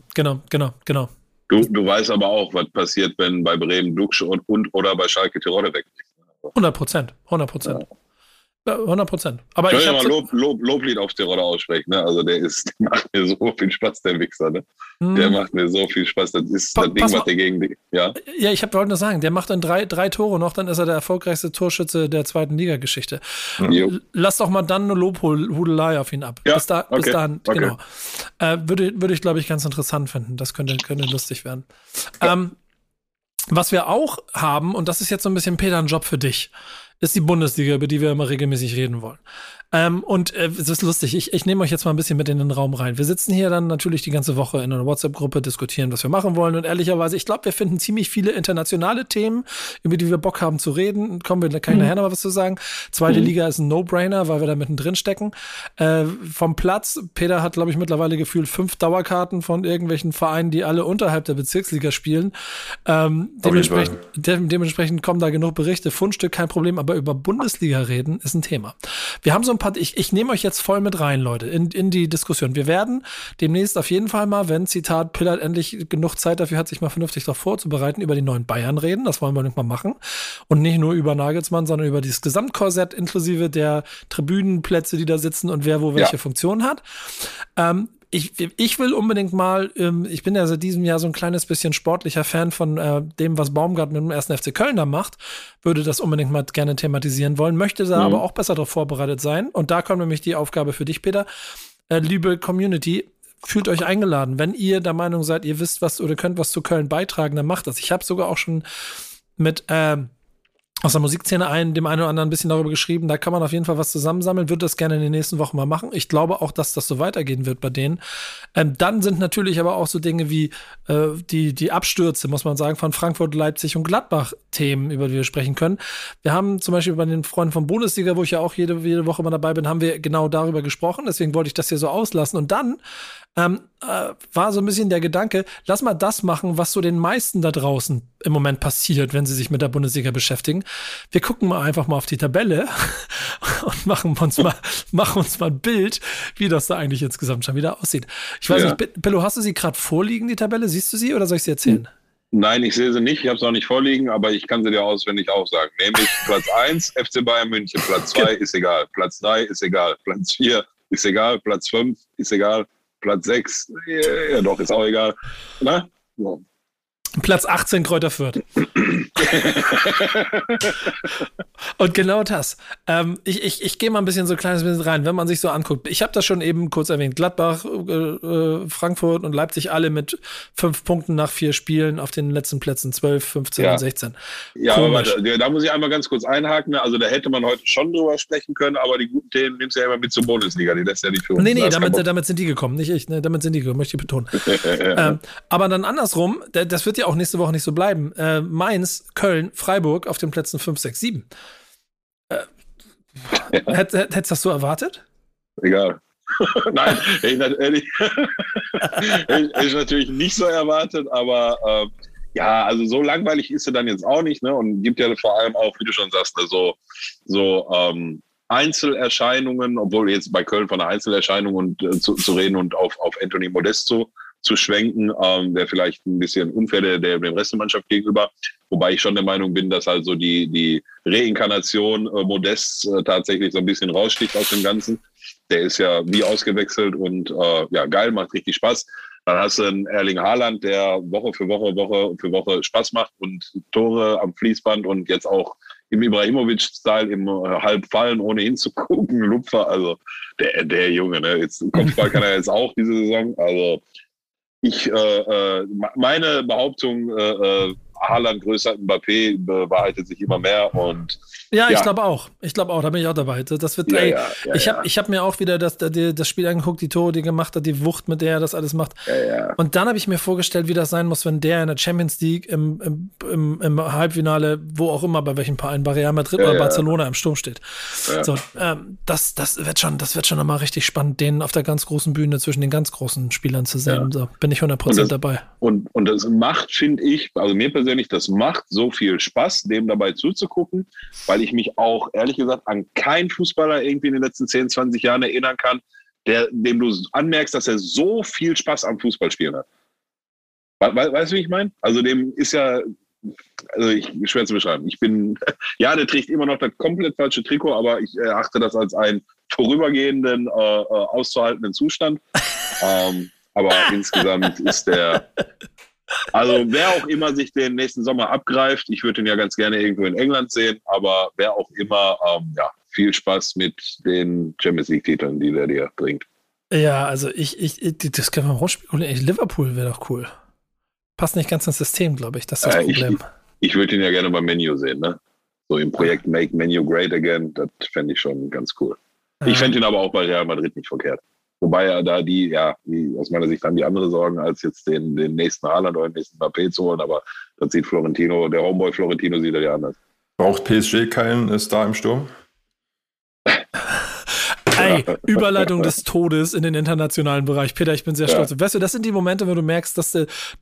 Du weißt aber auch, was passiert, wenn bei Bremen Duxch und oder bei Schalke Terodde weg ist. 100%. 100%. Aber ich ich mal Loblied auf Terodde aussprechen, ne? Also der macht mir so viel Spaß, der Wichser, ne? Der macht mir so viel Spaß. Das ist das Ding, was der gegen die, ja. Ja, wollte nur sagen, der macht dann drei Tore noch, dann ist er der erfolgreichste Torschütze der 2. Liga-Geschichte. Lass doch mal dann eine Lobhudelei auf ihn ab. Ja, bis dahin, okay. Genau. Würde ich, glaube ich, ganz interessant finden. Das könnte lustig werden. Ja. Was wir auch haben, und das ist jetzt so ein bisschen, Peter, ein Job für dich, ist die Bundesliga, über die wir immer regelmäßig reden wollen. Es ist lustig, ich nehme euch jetzt mal ein bisschen mit in den Raum rein. Wir sitzen hier dann natürlich die ganze Woche in einer WhatsApp-Gruppe, diskutieren, was wir machen wollen. Und ehrlicherweise, ich glaube, wir finden ziemlich viele internationale Themen, über die wir Bock haben zu reden. Kann ich nachher noch was zu sagen. 2. Liga ist ein No-Brainer, weil wir da mittendrin stecken. Vom Platz, Peter hat, glaube ich, mittlerweile gefühlt 5 Dauerkarten von irgendwelchen Vereinen, die alle unterhalb der Bezirksliga spielen. Dementsprechend kommen da genug Berichte. Fundstück, kein Problem, aber über Bundesliga reden ist ein Thema. Wir haben so ein paar, ich nehme euch jetzt voll mit rein, Leute, in die Diskussion. Wir werden demnächst auf jeden Fall mal, wenn, Zitat, Pillard endlich genug Zeit dafür hat, sich mal vernünftig darauf vorzubereiten, über die neuen Bayern reden. Das wollen wir nicht mal machen. Und nicht nur über Nagelsmann, sondern über dieses Gesamtkorsett inklusive der Tribünenplätze, die da sitzen und wer wo welche Funktion hat. Ich will unbedingt mal, ich bin ja seit diesem Jahr so ein kleines bisschen sportlicher Fan von dem, was Baumgart mit dem 1. FC Köln da macht, würde das unbedingt mal gerne thematisieren wollen, möchte da aber auch besser darauf vorbereitet sein. Und da kommt nämlich die Aufgabe für dich, Peter. Liebe Community, fühlt euch eingeladen. Wenn ihr der Meinung seid, ihr wisst was oder könnt was zu Köln beitragen, dann macht das. Ich habe sogar auch schon mit aus der Musikszene dem einen oder anderen ein bisschen darüber geschrieben. Da kann man auf jeden Fall was zusammensammeln. Würde das gerne in den nächsten Wochen mal machen. Ich glaube auch, dass das so weitergehen wird bei denen. Dann sind natürlich aber auch so Dinge wie die Abstürze, muss man sagen, von Frankfurt, Leipzig und Gladbach Themen, über die wir sprechen können. Wir haben zum Beispiel bei den Freunden von Bundesliga, wo ich ja auch jede Woche mal dabei bin, haben wir genau darüber gesprochen. Deswegen wollte ich das hier so auslassen. Und dann war so ein bisschen der Gedanke, lass mal das machen, was so den meisten da draußen im Moment passiert, wenn sie sich mit der Bundesliga beschäftigen. Wir gucken mal einfach mal auf die Tabelle und machen uns mal ein Bild, wie das da eigentlich insgesamt schon wieder aussieht. Ich weiß nicht, Pillow, hast du sie gerade vorliegen, die Tabelle? Siehst du sie oder soll ich sie erzählen? Nein, ich sehe sie nicht, ich habe sie auch nicht vorliegen, aber ich kann sie dir auswendig aufsagen. Nämlich Platz 1, FC Bayern München, Platz 2 ist egal, Platz 3 ist egal, Platz 4 ist egal, Platz 5 ist egal, Platz 6, ja doch, ist auch egal. Na? So. Platz 18 Kräuter Fürth. Und genau das. Ich gehe mal ein bisschen so ein kleines bisschen rein, wenn man sich so anguckt. Ich habe das schon eben kurz erwähnt. Gladbach, Frankfurt und Leipzig alle mit 5 Punkten nach 4 Spielen auf den letzten Plätzen 12, 15 und 16. Ja, komisch. Aber da muss ich einmal ganz kurz einhaken. Also da hätte man heute schon drüber sprechen können, aber die guten Themen nimmst du ja immer mit zur Bundesliga. Die lässt ja nicht für uns. Nee, damit sind die gekommen, nicht ich. Ne, damit sind die gekommen, möchte ich betonen. Aber dann andersrum, das wird ja auch nächste Woche nicht so bleiben. Mainz, Köln, Freiburg auf den Plätzen 5, 6, 7. Hättest du das so erwartet? Egal. Nein, hätte ich natürlich nicht so erwartet, aber ja, also so langweilig ist sie dann jetzt auch nicht, ne? Und gibt ja vor allem auch, wie du schon sagst, ne, so Einzelerscheinungen, obwohl jetzt bei Köln von einer Einzelerscheinung und zu reden und auf Anthony Modest zu schwenken, der vielleicht ein bisschen unfair dem Rest der Mannschaft gegenüber. Wobei ich schon der Meinung bin, dass also die Reinkarnation Modests tatsächlich so ein bisschen raussticht aus dem Ganzen. Der ist ja wie ausgewechselt und geil, macht richtig Spaß. Dann hast du einen Erling Haaland, der Woche für Woche Spaß macht und Tore am Fließband und jetzt auch im Ibrahimovic-Style im Halbfallen, ohne hinzugucken, Lupfer. Also der Junge, ne? Jetzt Kopfball kann er jetzt auch diese Saison. Also meine Behauptung, Haaland größer als Mbappé bewahrheitet sich immer mehr und ja, ich glaube auch, da bin ich auch dabei. Das wird, ich hab mir auch wieder das Spiel angeguckt, die Tore, die er gemacht hat, die Wucht, mit der er das alles macht. Und dann habe ich mir vorgestellt, wie das sein muss, wenn der in der Champions League im Halbfinale, wo auch immer, bei welchem Verein, bei Real Madrid oder Barcelona im Sturm steht. So, das wird schon nochmal richtig spannend, den auf der ganz großen Bühne zwischen den ganz großen Spielern zu sehen. So, bin ich 100% dabei. Und das macht, finde ich, also mir persönlich, das macht so viel Spaß, dem dabei zuzugucken, weil ich mich auch, ehrlich gesagt, an keinen Fußballer irgendwie in den letzten 10, 20 Jahren erinnern kann, dem du anmerkst, dass er so viel Spaß am Fußballspielen hat. Weißt du, wie ich meine? Also dem ist ja schwer zu beschreiben. Der trägt immer noch das komplett falsche Trikot, aber ich erachte das als einen vorübergehenden, auszuhaltenden Zustand. Aber insgesamt ist also wer auch immer sich den nächsten Sommer abgreift, ich würde ihn ja ganz gerne irgendwo in England sehen, aber wer auch immer, viel Spaß mit den Champions League-Titeln, die der dir bringt. Ja, also das kann man rausspekulieren. Liverpool wäre doch cool. Passt nicht ganz ins System, glaube ich. Das ist das Problem. Ich würde ihn ja gerne beim Menu sehen, ne? So im Projekt Make Menu Great Again, das fände ich schon ganz cool. Ja. Ich fände ihn aber auch bei Real Madrid nicht verkehrt. Wobei er da die aus meiner Sicht dann die andere Sorgen, als jetzt den nächsten Haaland oder den nächsten Mbappé zu holen, aber das sieht der Homeboy Florentino sieht er ja anders. Braucht PSG keinen Star im Sturm? Ey, Überleitung des Todes in den internationalen Bereich. Peter, ich bin sehr stolz. Weißt du, das sind die Momente, wo du merkst, dass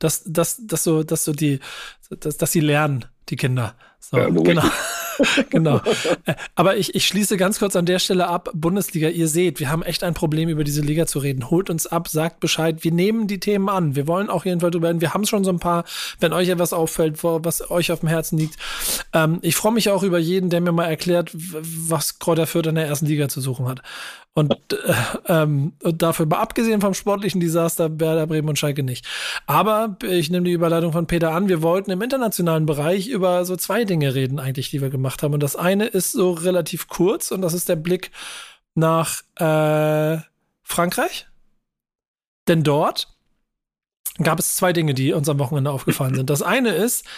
sie lernen, die Kinder. So, ja, genau. Genau. Aber ich schließe ganz kurz an der Stelle ab. Bundesliga, ihr seht, wir haben echt ein Problem, über diese Liga zu reden. Holt uns ab, sagt Bescheid. Wir nehmen die Themen an. Wir wollen auch jedenfalls drüber reden. Wir haben schon so ein paar, wenn euch etwas auffällt, was euch auf dem Herzen liegt. Ich freue mich auch über jeden, der mir mal erklärt, was Kräuter Fürth in der ersten Liga zu suchen hat. Und dafür, mal abgesehen vom sportlichen Desaster, Werder Bremen und Schalke nicht. Aber ich nehme die Überleitung von Peter an. Wir wollten im internationalen Bereich über so zwei Dinge reden eigentlich, die wir gemacht haben. Und das eine ist so relativ kurz und das ist der Blick nach Frankreich. Denn dort gab es zwei Dinge, die uns am Wochenende aufgefallen sind. Das eine ist,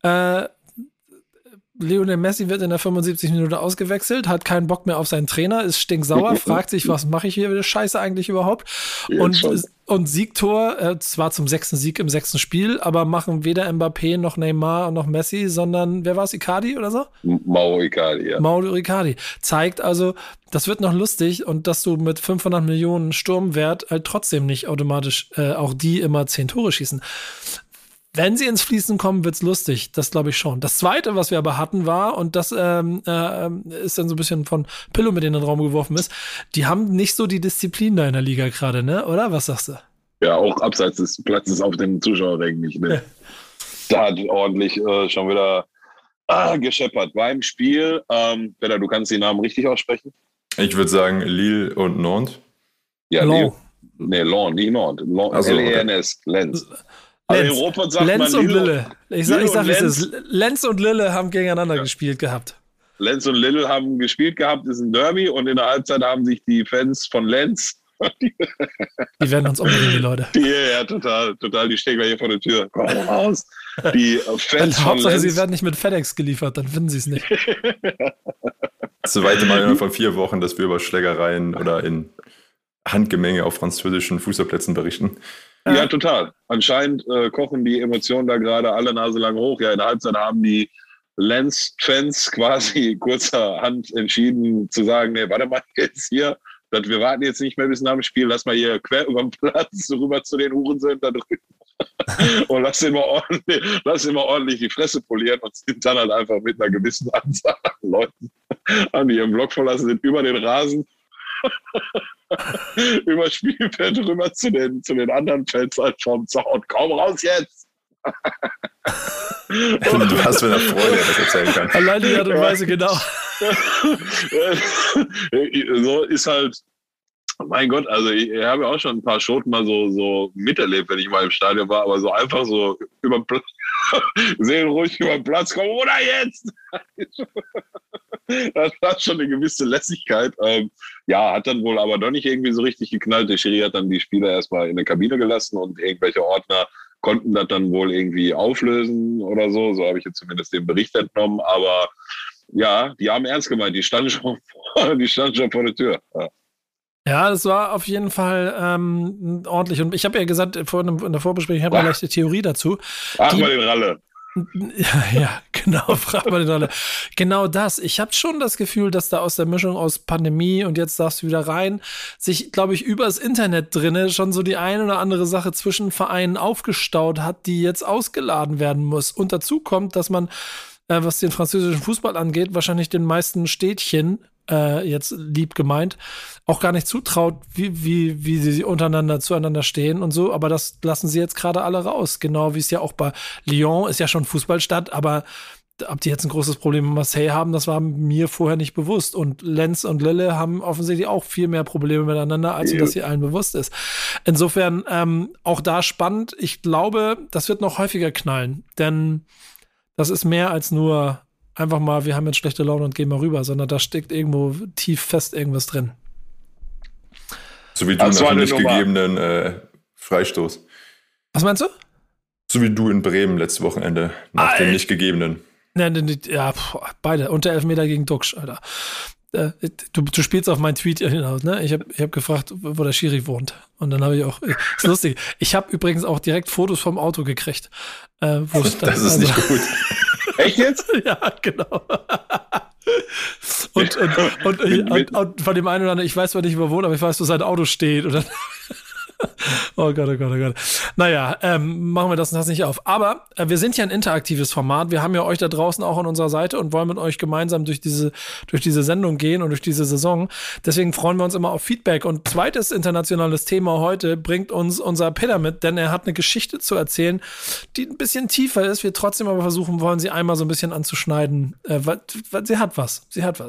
Lionel Messi wird in der 75. Minute ausgewechselt, hat keinen Bock mehr auf seinen Trainer, ist stinksauer, fragt sich, was mache ich hier für Scheiße eigentlich überhaupt? Und Siegtor, zwar zum 6. Sieg im 6. Spiel, aber machen weder Mbappé noch Neymar noch Messi, sondern, wer war es, Icardi oder so? Mauro Icardi, ja. Mauro Icardi. Zeigt also, das wird noch lustig und dass du mit 500 Millionen Sturmwert halt trotzdem nicht automatisch auch die immer 10 Tore schießen. Wenn sie ins Fließen kommen, wird's lustig. Das glaube ich schon. Das Zweite, was wir aber hatten, war, und das ist dann so ein bisschen von Pillow mit in den Raum geworfen ist, die haben nicht so die Disziplin da in der Liga gerade, ne? Oder? Was sagst du? Ja, auch abseits des Platzes auf dem Zuschauerrängen nicht, ne? Ja. Da hat ordentlich schon wieder gescheppert. Beim Spiel, Peter, du kannst die Namen richtig aussprechen? Ich würde sagen Lille und Nantes. Ja, Lille. Nee, Lens, nicht Nantes. L-E-N-S, Lens. Lenz und Lille. Ich sag, wie es ist. Lenz und Lille haben gegeneinander gespielt gehabt. Lenz und Lille haben gespielt gehabt, ist ein Derby und in der Halbzeit haben sich die Fans von Lenz. Die werden uns umbringen, die Leute. Ja, total. Die stehen gleich hier vor der Tür. Komm raus. Die Fans von Hauptsache, Lenz. Sie werden nicht mit FedEx geliefert, dann finden Sie es nicht. Das zweite Mal von 4 Wochen, dass wir über Schlägereien oder in Handgemenge auf französischen Fußballplätzen berichten. Ja, total. Anscheinend kochen die Emotionen da gerade alle Nase lang hoch. Ja, in der Halbzeit haben die Lens-Fans quasi kurzerhand entschieden zu sagen, nee, warte mal jetzt hier, wir warten jetzt nicht mehr bis nach dem Spiel, lass mal hier quer über den Platz rüber zu den Hurensöhnen da drüben und lass immer ordentlich die Fresse polieren und sind dann halt einfach mit einer gewissen Anzahl an Leuten, haben die ihren Block verlassen, sind über den Rasen über Spielfeld rüber zu den anderen Fans halt vom Zaun. Komm raus jetzt! Du hast mir eine Freude, dass ich erzählen kann. Allein die Art und Weise, genau. So ist halt, mein Gott, also ich habe ja auch schon ein paar Schoten mal so miterlebt, wenn ich mal im Stadion war, aber so einfach so über den Platz, seelenruhig über den Platz kommen, oder jetzt! Das hat schon eine gewisse Lässigkeit. Hat dann wohl aber doch nicht irgendwie so richtig geknallt. Der Schiri hat dann die Spieler erstmal in der Kabine gelassen und irgendwelche Ordner konnten das dann wohl irgendwie auflösen oder so. So habe ich jetzt zumindest den Bericht entnommen. Aber ja, die haben ernst gemeint. Die standen schon vor der Tür. Ja, das war auf jeden Fall ordentlich. Und ich habe ja gesagt, in der Vorbesprechung, ich habe eine leichte Theorie dazu. Ach, mal den Ralle. Ja, genau, frag mal den alle. Genau das. Ich habe schon das Gefühl, dass da aus der Mischung aus Pandemie und jetzt darfst du wieder rein, sich, glaube ich, übers Internet drinne schon so die eine oder andere Sache zwischen Vereinen aufgestaut hat, die jetzt ausgeladen werden muss. Und dazu kommt, dass man, was den französischen Fußball angeht, wahrscheinlich den meisten Städtchen jetzt lieb gemeint, auch gar nicht zutraut, wie sie untereinander zueinander stehen und so, aber das lassen sie jetzt gerade alle raus, genau wie es ja auch bei Lyon ist ja schon Fußballstadt, aber ob die jetzt ein großes Problem mit Marseille haben, das war mir vorher nicht bewusst. Und Lenz und Lille haben offensichtlich auch viel mehr Probleme miteinander, als das hier allen bewusst ist. Insofern auch da spannend. Ich glaube, das wird noch häufiger knallen, denn das ist mehr als nur einfach mal, wir haben jetzt schlechte Laune und gehen mal rüber, sondern da steckt irgendwo tief fest irgendwas drin. So wie du nach dem nicht gegebenen Freistoß. Was meinst du? So wie du in Bremen letztes Wochenende nach dem nicht gegebenen. Ja, beide. Und der Elfmeter gegen Duxch, Alter. Du spielst auf meinen Tweet hinaus, ne? Ich hab gefragt, wo der Schiri wohnt. Und dann habe ich auch, ist lustig, ich habe übrigens auch direkt Fotos vom Auto gekriegt. Das ist nicht gut. Echt jetzt? Ja, genau. Und von dem einen oder anderen, ich weiß zwar nicht, wo er wohnt, aber ich weiß, wo sein Auto steht. Und dann oh Gott, oh Gott, oh Gott. Naja, machen wir das nicht auf. Aber wir sind ja ein interaktives Format. Wir haben ja euch da draußen auch an unserer Seite und wollen mit euch gemeinsam durch diese Sendung gehen und durch diese Saison. Deswegen freuen wir uns immer auf Feedback. Und zweites internationales Thema heute bringt uns unser Peter mit, denn er hat eine Geschichte zu erzählen, die ein bisschen tiefer ist. Wir trotzdem aber versuchen wollen, sie einmal so ein bisschen anzuschneiden. Sie hat was.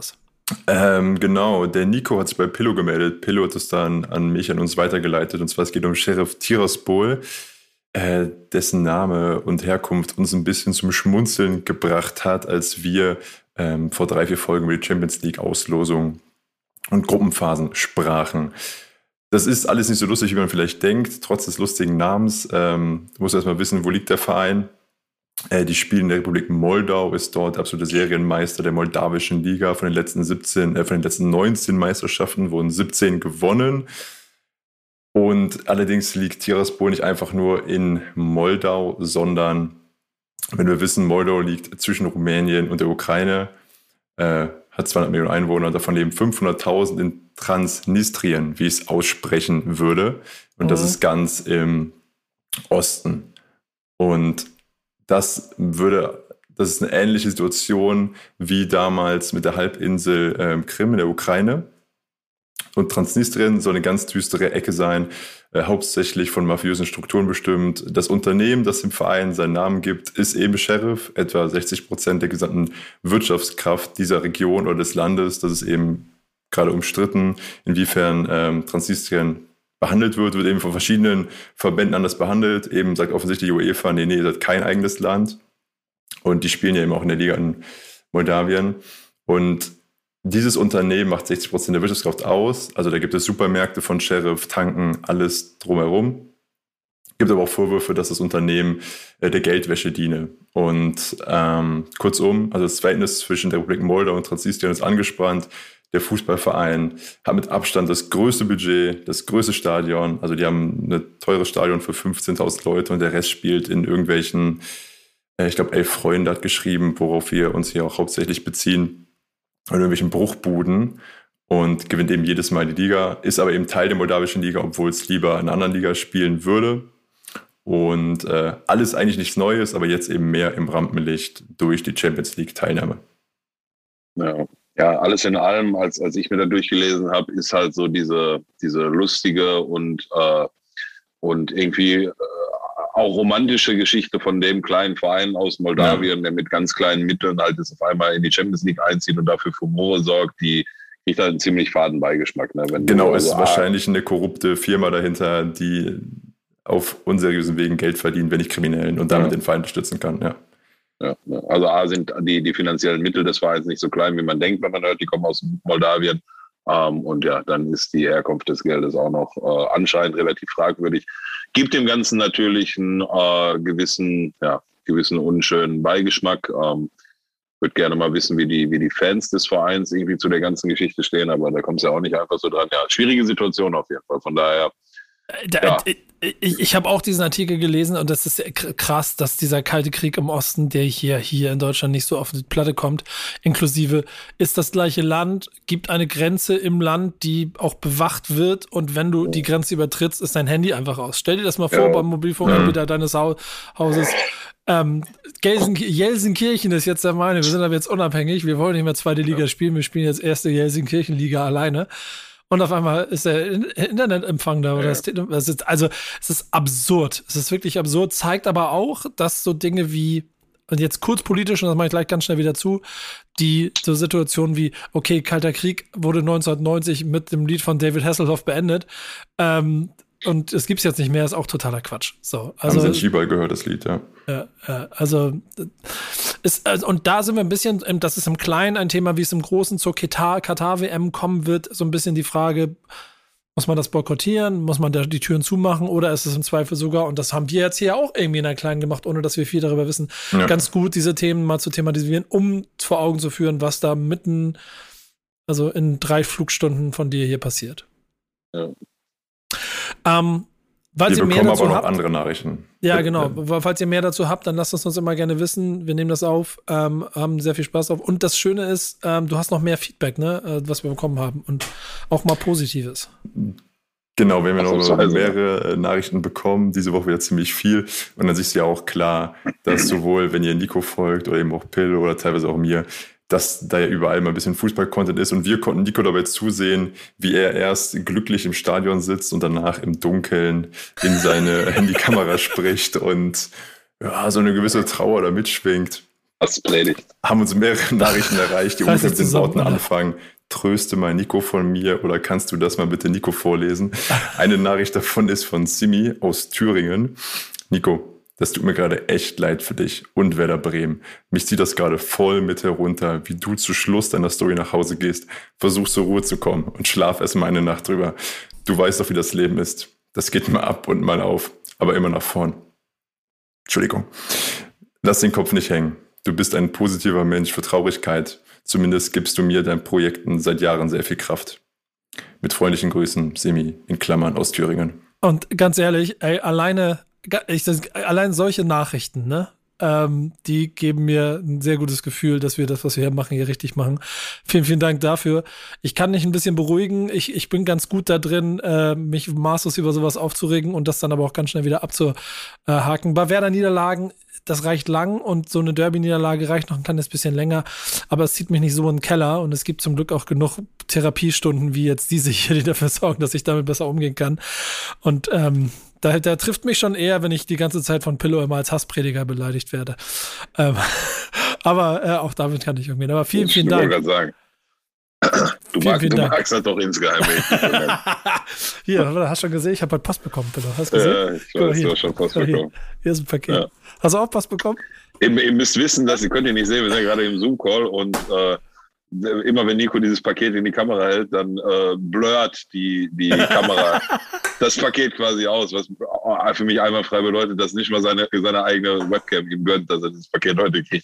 Genau, der Nico hat sich bei Pillow gemeldet. Pillow hat es dann an mich, an uns weitergeleitet. Und zwar, es geht um Sheriff Tiraspol, dessen Name und Herkunft uns ein bisschen zum Schmunzeln gebracht hat, als wir vor 3-4 Folgen über die Champions League Auslosung und Gruppenphasen sprachen. Das ist alles nicht so lustig, wie man vielleicht denkt. Trotz des lustigen Namens muss erstmal wissen, wo liegt der Verein. Die spielen in der Republik Moldau, ist dort absolute Serienmeister der moldawischen Liga. Von den letzten 19 Meisterschaften wurden 17 gewonnen. Und allerdings liegt Tiraspol nicht einfach nur in Moldau, sondern, wenn wir wissen, Moldau liegt zwischen Rumänien und der Ukraine, hat 200 Millionen Einwohner, davon leben 500.000 in Transnistrien, wie ich es aussprechen würde. Und das ist ganz im Osten. Und das ist eine ähnliche Situation wie damals mit der Halbinsel Krim in der Ukraine. Und Transnistrien soll eine ganz düstere Ecke sein, hauptsächlich von mafiösen Strukturen bestimmt. Das Unternehmen, das dem Verein seinen Namen gibt, ist eben Sheriff, etwa 60% der gesamten Wirtschaftskraft dieser Region oder des Landes. Das ist eben gerade umstritten, inwiefern Transnistrien behandelt wird eben von verschiedenen Verbänden anders behandelt. Eben sagt offensichtlich die UEFA, nee, ihr seid kein eigenes Land. Und die spielen ja eben auch in der Liga in Moldawien. Und dieses Unternehmen macht 60% der Wirtschaftskraft aus. Also da gibt es Supermärkte von Sheriff, Tanken, alles drumherum. Gibt aber auch Vorwürfe, dass das Unternehmen der Geldwäsche diene. Und kurzum, also das Verhältnis zwischen der Republik Moldau und Transnistrien ist angespannt. Der Fußballverein hat mit Abstand das größte Budget, das größte Stadion. Also die haben ein teures Stadion für 15.000 Leute und der Rest spielt in irgendwelchen, ich glaube 11 Freunde hat geschrieben, worauf wir uns hier auch hauptsächlich beziehen, in irgendwelchen Bruchbuden und gewinnt eben jedes Mal die Liga, ist aber eben Teil der moldawischen Liga, obwohl es lieber in einer anderen Liga spielen würde. Und alles eigentlich nichts Neues, aber jetzt eben mehr im Rampenlicht durch die Champions League Teilnahme. Ja, alles in allem, als ich mir da durchgelesen habe, ist halt so diese lustige und irgendwie auch romantische Geschichte von dem kleinen Verein aus Moldawien, der mit ganz kleinen Mitteln halt jetzt auf einmal in die Champions League einzieht und dafür Furore sorgt, die kriegt halt einen ziemlich faden Beigeschmack. Ne? Genau, es ist wahrscheinlich eine korrupte Firma dahinter, die auf unseriösen Wegen Geld verdient, wenn nicht Kriminellen, und damit den Verein unterstützen kann, ja. Ja, also A sind die finanziellen Mittel des Vereins nicht so klein, wie man denkt, wenn man hört, die kommen aus Moldawien. Und ja, dann ist die Herkunft des Geldes auch noch anscheinend relativ fragwürdig. Gibt dem Ganzen natürlich einen gewissen unschönen Beigeschmack. Würde gerne mal wissen, wie die Fans des Vereins irgendwie zu der ganzen Geschichte stehen, aber da kommt es ja auch nicht einfach so dran. Ja, schwierige Situation auf jeden Fall. Von daher. Ich habe auch diesen Artikel gelesen und das ist krass, dass dieser kalte Krieg im Osten, der hier in Deutschland nicht so auf die Platte kommt, inklusive ist das gleiche Land, gibt eine Grenze im Land, die auch bewacht wird und wenn du die Grenze übertrittst, ist dein Handy einfach aus. Stell dir das mal vor beim Mobilfunkanbieter deines Hauses. Gelsenkirchen ist jetzt der Meinung, wir sind aber jetzt unabhängig, wir wollen nicht mehr zweite Liga spielen, wir spielen jetzt erste Gelsenkirchen-Liga alleine. Und auf einmal ist der Internetempfang da. Oder es ist absurd. Es ist wirklich absurd, zeigt aber auch, dass so Dinge wie, und jetzt kurz politisch, und das mache ich gleich ganz schnell wieder zu, die so Situationen wie, okay, Kalter Krieg wurde 1990 mit dem Lied von David Hasselhoff beendet, und es gibt's jetzt nicht mehr, ist auch totaler Quatsch. So, also, haben Sie in Skiball gehört, das Lied, ja. Und da sind wir ein bisschen, das ist im Kleinen ein Thema, wie es im Großen zur Katar-WM kommen wird, so ein bisschen die Frage, muss man das boykottieren, muss man da die Türen zumachen oder ist es im Zweifel sogar, und das haben wir jetzt hier auch irgendwie in der Kleinen gemacht, ohne dass wir viel darüber wissen, ganz gut diese Themen mal zu thematisieren, um vor Augen zu führen, was da mitten, also in 3 Flugstunden von dir hier passiert. Ja. Falls wir ihr mehr bekommen dazu aber noch habt, andere Nachrichten. Ja, genau. Falls ihr mehr dazu habt, dann lasst es uns immer gerne wissen. Wir nehmen das auf, haben sehr viel Spaß drauf. Und das Schöne ist, du hast noch mehr Feedback, ne, was wir bekommen haben. Und auch mal Positives. Genau, wir haben noch mehrere Nachrichten bekommen, diese Woche wieder ziemlich viel. Und dann ist ja auch klar, dass sowohl, wenn ihr Nico folgt oder eben auch Pill oder teilweise auch mir, dass da ja überall mal ein bisschen Fußball-Content ist. Und wir konnten Nico dabei zusehen, wie er erst glücklich im Stadion sitzt und danach im Dunkeln in seine Handykamera spricht und ja, so eine gewisse Trauer da mitschwingt. Was predigt. Haben uns mehrere Nachrichten erreicht, die ungefähr mit den Worten anfangen. Tröste mal Nico von mir oder kannst du das mal bitte Nico vorlesen? Eine Nachricht davon ist von Simi aus Thüringen. Nico, das tut mir gerade echt leid für dich und Werder Bremen. Mich zieht das gerade voll mit herunter, wie du zu Schluss deiner Story nach Hause gehst, versuchst zur Ruhe zu kommen und schlaf erst mal eine Nacht drüber. Du weißt doch, wie das Leben ist. Das geht mal ab und mal auf, aber immer nach vorn. Entschuldigung. Lass den Kopf nicht hängen. Du bist ein positiver Mensch für Traurigkeit. Zumindest gibst du mir deinen Projekten seit Jahren sehr viel Kraft. Mit freundlichen Grüßen, Semi, in Klammern aus Thüringen. Und ganz ehrlich, ey, allein solche Nachrichten, ne? Die geben mir ein sehr gutes Gefühl, dass wir das, was wir hier machen, hier richtig machen. Vielen, vielen Dank dafür. Ich kann mich ein bisschen beruhigen. Ich bin ganz gut da drin, mich maßlos über sowas aufzuregen und das dann aber auch ganz schnell wieder abzuhaken. Bei Werder-Niederlagen, das reicht lang und so eine Derby-Niederlage reicht noch ein kleines bisschen länger, aber es zieht mich nicht so in den Keller und es gibt zum Glück auch genug Therapiestunden wie jetzt diese hier, die dafür sorgen, dass ich damit besser umgehen kann. Und da trifft mich schon eher, wenn ich die ganze Zeit von Pillow immer als Hassprediger beleidigt werde. Aber auch damit kann ich umgehen. Aber vielen, vielen Dank. Ich wollte gerade sagen, du magst das doch insgeheim. Hier, hast du schon gesehen? Ich habe heute Post bekommen, Pillow. Hast du gesehen? Ja, ich weiß, du hast schon Post bekommen. Hier ist ein Paket. Ja. Hast du auch Post bekommen? Ihr müsst wissen, dass ihr könnt ihr nicht sehen, wir sind ja gerade im Zoom-Call und immer wenn Nico dieses Paket in die Kamera hält, dann blurrt die Kamera das Paket quasi aus, was für mich einwandfrei bedeutet, dass nicht mal seine eigene Webcam ihm gönnt, dass er das Paket heute kriegt.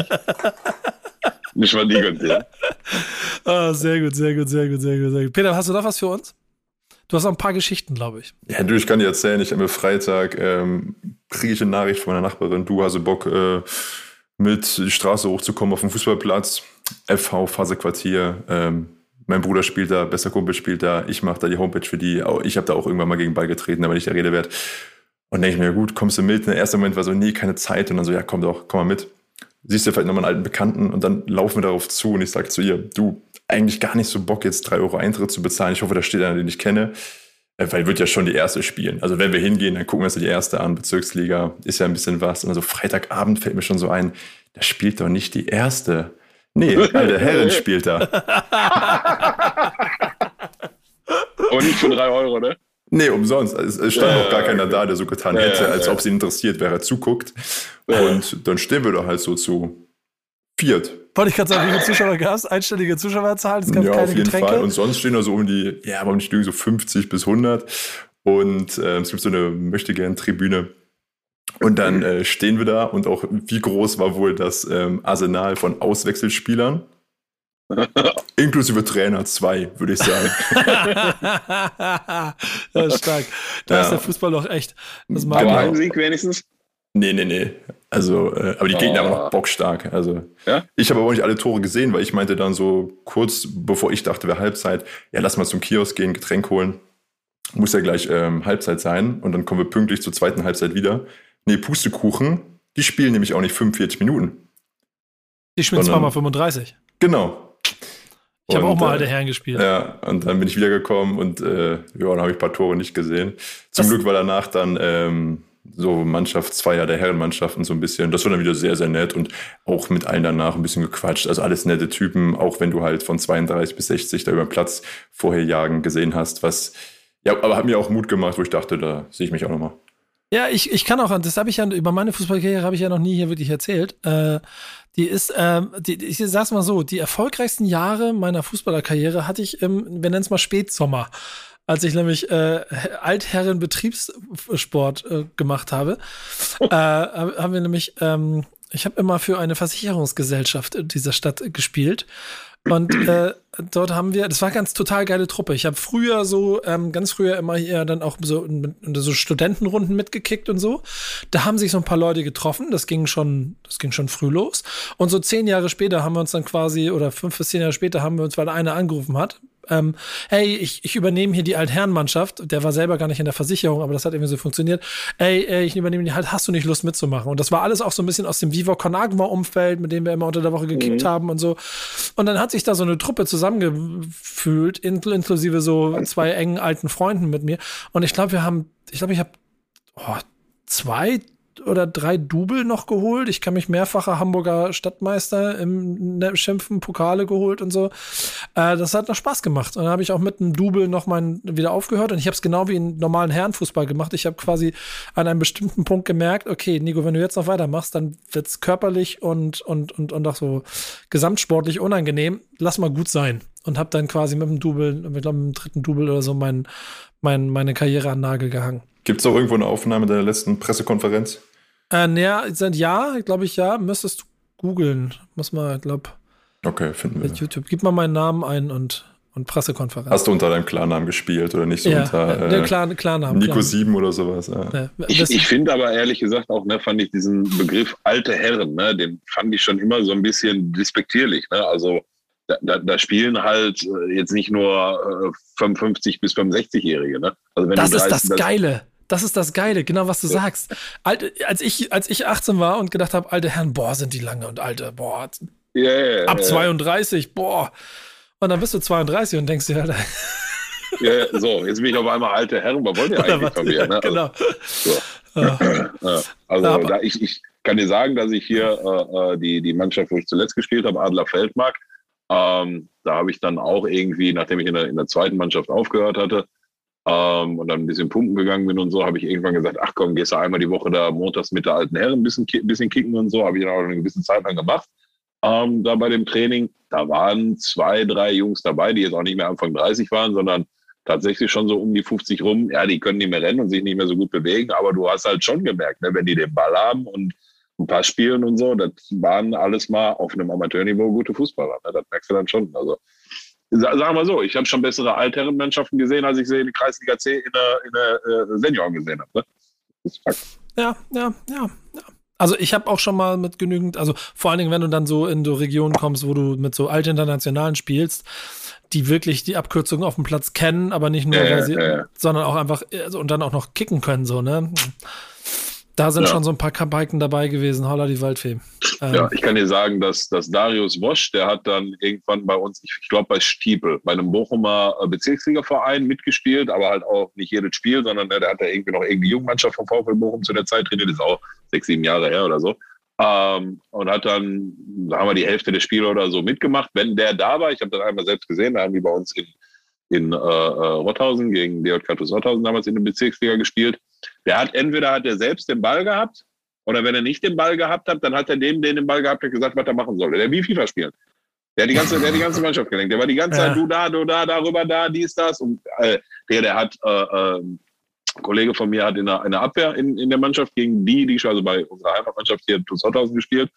Nicht mal die gönnt dir. Oh, sehr gut. Peter, hast du noch was für uns? Du hast noch ein paar Geschichten, glaube ich. Ja, ich kann dir erzählen, ich habe mir Freitag, kriege ich eine Nachricht von meiner Nachbarin, du hast Bock, mit die Straße hochzukommen auf dem Fußballplatz, FV Faserquartier, mein Bruder spielt da, bester Kumpel spielt da, ich mache da die Homepage für die, ich habe da auch irgendwann mal gegen Ball getreten, aber nicht der Rede wert. Und denke ich mir, gut, kommst du mit? Der erste Moment war so, nee, keine Zeit. Und dann so, ja, komm mal mit. Siehst du vielleicht nochmal einen alten Bekannten und dann laufen wir darauf zu und ich sage zu ihr, du, eigentlich gar nicht so Bock, jetzt 3 Euro Eintritt zu bezahlen. Ich hoffe, da steht einer, den ich kenne, weil wird ja schon die erste spielen. Also wenn wir hingehen, dann gucken wir uns die erste an, Bezirksliga, ist ja ein bisschen was. Und also Freitagabend fällt mir schon so ein, da spielt doch nicht die erste. Nee, alte Herren spielt da. Aber nicht für 3 Euro, ne? Nee, umsonst. Es stand auch gar keiner da, der so getan hätte, als ob sie interessiert wäre, zuguckt. Und dann stehen wir doch halt so zu 4. Wollte ich gerade sagen, wie viele Zuschauer gab es? Einstellige Zuschauerzahlen? Es gab ja, keine auf jeden Getränke. Fall. Und sonst stehen da so um die, ja, aber nicht so 50 bis 100. Und es gibt so eine Möchtegern-Tribüne. Und dann stehen wir da und auch, wie groß war wohl das Arsenal von Auswechselspielern? Inklusive Trainer 2, würde ich sagen. Das ist stark. Da ist der Fußball doch echt. Das mag Aber ich einen auch. Sieg wenigstens? Nee. Also, aber die Gegner waren noch bockstark. Also, ja? Ich habe aber auch nicht alle Tore gesehen, weil ich meinte dann so kurz, bevor ich dachte, wäre Halbzeit, ja, lass mal zum Kiosk gehen, Getränk holen. Muss ja gleich Halbzeit sein. Und dann kommen wir pünktlich zur zweiten Halbzeit wieder. Nee, Pustekuchen. Die spielen nämlich auch nicht 45 Minuten. Die spielen zweimal 35. Genau. Ich habe auch mal alte Herren gespielt. Ja, und dann bin ich wiedergekommen und dann habe ich ein paar Tore nicht gesehen. Zum Glück war danach dann so Mannschaftsfeier der Herrenmannschaften so ein bisschen. Das war dann wieder sehr, sehr nett und auch mit allen danach ein bisschen gequatscht. Also alles nette Typen, auch wenn du halt von 32 bis 60 da über den Platz vorher jagen gesehen hast, aber hat mir auch Mut gemacht, wo ich dachte, da sehe ich mich auch nochmal. Ja, ich kann auch, das habe ich ja, über meine Fußballkarriere habe ich ja noch nie hier wirklich erzählt. Ich sag's mal so, die erfolgreichsten Jahre meiner Fußballerkarriere hatte ich wir nennen es mal Spätsommer, als ich nämlich Altherren-Betriebssport gemacht habe. Haben wir nämlich, ich habe immer für eine Versicherungsgesellschaft dieser Stadt gespielt. Und dort haben wir, das war ganz total geile Truppe. Ich habe früher ganz früher immer hier dann auch so Studentenrunden mitgekickt und so. Da haben sich so ein paar Leute getroffen. Das ging schon früh los. Und so 10 Jahre später haben wir uns dann quasi, oder 5 bis 10 Jahre später haben wir uns, weil einer angerufen hat, hey, ich übernehme hier die Altherrenmannschaft. Der war selber gar nicht in der Versicherung, aber das hat irgendwie so funktioniert. Ich übernehme die halt, hast du nicht Lust mitzumachen? Und das war alles auch so ein bisschen aus dem Viva Con Agua-Umfeld, mit dem wir immer unter der Woche gekickt haben und so. Und dann hat sich da so eine Truppe zusammengefühlt, inklusive so 2 engen alten Freunden mit mir. Und ich glaube, ich habe 2 oder 3 Double noch geholt. Ich kann mich mehrfacher Hamburger Stadtmeister im Schimpfen, Pokale geholt und so. Das hat noch Spaß gemacht. Und dann habe ich auch mit einem Double noch wieder aufgehört. Und ich habe es genau wie in normalen Herrenfußball gemacht. Ich habe quasi an einem bestimmten Punkt gemerkt, okay, Nico, wenn du jetzt noch weitermachst, dann wird es körperlich und auch so gesamtsportlich unangenehm. Lass mal gut sein. Und habe dann quasi mit dem Double, ich glaube mit dem 3. Double oder so meine Karriere an den Nagel gehangen. Gibt es auch irgendwo eine Aufnahme der letzten Pressekonferenz? Glaube ich, ja. Müsstest du googeln. Muss mal, okay, finden wir. YouTube. Gib mal meinen Namen ein und Pressekonferenz. Hast du unter deinem Klarnamen gespielt oder nicht so unter der Klarnamen, Nico 7 oder sowas? Ja. Ich finde aber ehrlich gesagt auch, fand ich diesen Begriff alte Herren, den fand ich schon immer so ein bisschen despektierlich. Also da spielen halt jetzt nicht nur 55 bis 65-Jährige. Also wenn das ist das Geile. Das ist das Geile, genau was du sagst. Als ich 18 war und gedacht habe, alte Herren, sind die lange und alte, ab 32, Und dann bist du 32 und denkst dir, Alter. Ja, so, jetzt bin ich auf einmal alte Herren, was wollt ihr eigentlich von mir? Ne? Genau. Ich kann dir sagen, dass ich hier die Mannschaft, wo ich zuletzt gespielt habe, Adler Feldmark, da habe ich dann auch irgendwie, nachdem ich in der zweiten Mannschaft aufgehört hatte, und dann ein bisschen pumpen gegangen bin und so, habe ich irgendwann gesagt, ach komm, gehst du einmal die Woche da montags mit der alten Herren ein bisschen kicken und so, habe ich dann auch eine gewisse Zeit lang gemacht. Da bei dem Training, da waren 2, 3 Jungs dabei, die jetzt auch nicht mehr Anfang 30 waren, sondern tatsächlich schon so um die 50 rum. Ja, die können nicht mehr rennen und sich nicht mehr so gut bewegen, aber du hast halt schon gemerkt, wenn die den Ball haben und ein paar spielen und so, das waren alles mal auf einem Amateurniveau gute Fußballer. Das merkst du dann schon. Also sagen wir mal so, ich habe schon bessere Altherrenmannschaften gesehen, als ich sie in der Kreisliga C in der Senioren gesehen habe. Ne? Das ist Fakt. Ja. Also ich habe auch schon mal mit genügend, also vor allen Dingen, wenn du dann so in so Regionen kommst, wo du mit so Altinternationalen spielst, die wirklich die Abkürzungen auf dem Platz kennen, aber nicht nur, sondern auch einfach, und dann auch noch kicken können, so, ne? Da sind schon so ein paar Biken dabei gewesen, holla die Waldfee. Ja, ich kann dir sagen, dass Darius Wosch, der hat dann irgendwann bei uns, ich glaube bei Stiepel, bei einem Bochumer Bezirksligaverein mitgespielt, aber halt auch nicht jedes Spiel, sondern der hat da irgendwie noch irgendeine Jugendmannschaft vom VfL Bochum zu der Zeit trainiert, das ist auch 6, 7 Jahre her oder so. Und hat dann, da haben wir die Hälfte der Spiele oder so mitgemacht, wenn der da war. Ich habe das einmal selbst gesehen, da haben die bei uns in Rothausen gegen DJK TuS Rothausen damals in der Bezirksliga gespielt. Entweder hat er selbst den Ball gehabt, oder wenn er nicht den Ball gehabt hat, dann hat er dem, den Ball gehabt hat, gesagt, was er machen soll. Der hat wie FIFA spielen. Der hat die ganze Mannschaft gelenkt. Der war die ganze Zeit, du da, darüber da, dies, das. Und der hat, ein Kollege von mir hat in der Abwehr in der Mannschaft gegen die also bei unserer Heimatmannschaft hier TuS Rothausen gespielt.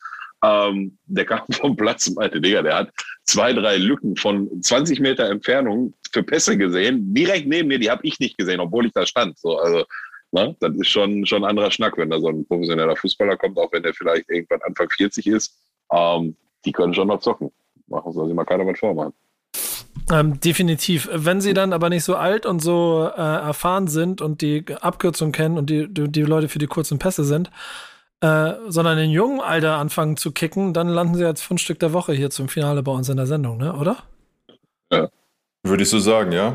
Der kam vom Platz und meinte, Digga, der hat 2, 3 Lücken von 20 Meter Entfernung für Pässe gesehen, direkt neben mir, die habe ich nicht gesehen, obwohl ich da stand. So, also, das ist schon ein anderer Schnack, wenn da so ein professioneller Fußballer kommt, auch wenn der vielleicht irgendwann Anfang 40 ist. Die können schon noch zocken. Machen soll sich mal keiner was vormachen. Definitiv. Wenn sie dann aber nicht so alt und so erfahren sind und die Abkürzung kennen und die Leute für die kurzen Pässe sind, sondern in jungem Alter anfangen zu kicken, dann landen sie als Fundstück der Woche hier zum Finale bei uns in der Sendung, ne? Oder? Ja. Würde ich so sagen, ja.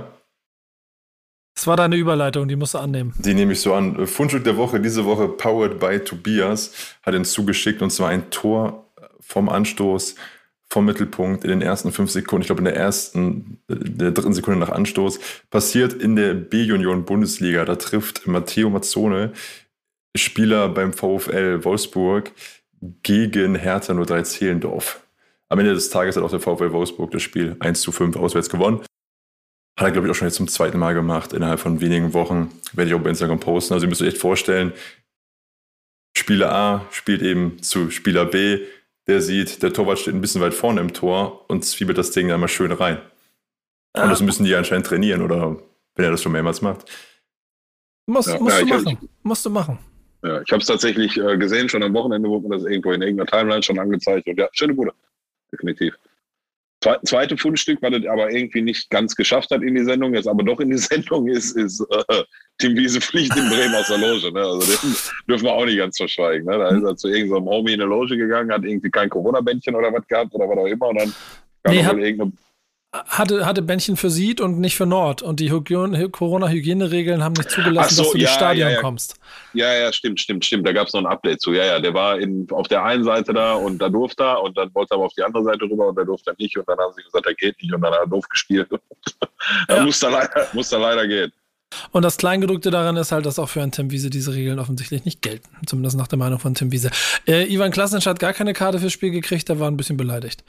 Das war deine Überleitung, die musst du annehmen. Die nehme ich so an. Fundstück der Woche, diese Woche powered by Tobias, hat ihn zugeschickt, und zwar ein Tor vom Anstoß, vom Mittelpunkt in den ersten 5 Sekunden, ich glaube in der dritten Sekunde nach Anstoß, passiert in der B-Union-Bundesliga. Da trifft Matteo Mazzone, Spieler beim VfL Wolfsburg, gegen Hertha 03 Zehlendorf. Am Ende des Tages hat auch der VfL Wolfsburg das Spiel 1:5 auswärts gewonnen. Hat er, glaube ich, auch schon jetzt zum 2. Mal gemacht, innerhalb von wenigen Wochen. Werde ich auch bei Instagram posten. Also ihr müsst euch echt vorstellen, Spieler A spielt eben zu Spieler B, der sieht, der Torwart steht ein bisschen weit vorne im Tor und zwiebelt das Ding einmal schön rein. Und das müssen die anscheinend trainieren, oder wenn er das schon mehrmals macht. Musst du machen. Ja, ich habe es tatsächlich gesehen, schon am Wochenende wurde mir das irgendwo in irgendeiner Timeline schon angezeigt. Und ja, schöne Bude. Definitiv. Zweite Fundstück, was es aber irgendwie nicht ganz geschafft hat in die Sendung, jetzt aber doch in die Sendung ist Tim Wiese fliegt in Bremen aus der Loge. Ne? Also den dürfen wir auch nicht ganz verschweigen. Ne? Da ist er zu irgendeinem Homie in eine Loge gegangen, hat irgendwie kein Corona-Bändchen oder was gehabt oder was auch immer. Und dann kam irgendeine... Hatte Bändchen für Süd und nicht für Nord. Und die Corona-Hygieneregeln haben nicht zugelassen, dass du ins Stadion kommst. Ja, stimmt. Da gab es noch ein Update zu. Ja, der war auf der einen Seite da und da durfte er und dann wollte er aber auf die andere Seite rüber und da durfte er nicht. Und dann haben sie gesagt, er geht nicht und dann hat er doof gespielt. Da musste er leider gehen. Und das Kleingedruckte daran ist halt, dass auch für einen Tim Wiese diese Regeln offensichtlich nicht gelten. Zumindest nach der Meinung von Tim Wiese. Ivan Klasnic hat gar keine Karte fürs Spiel gekriegt, der war ein bisschen beleidigt.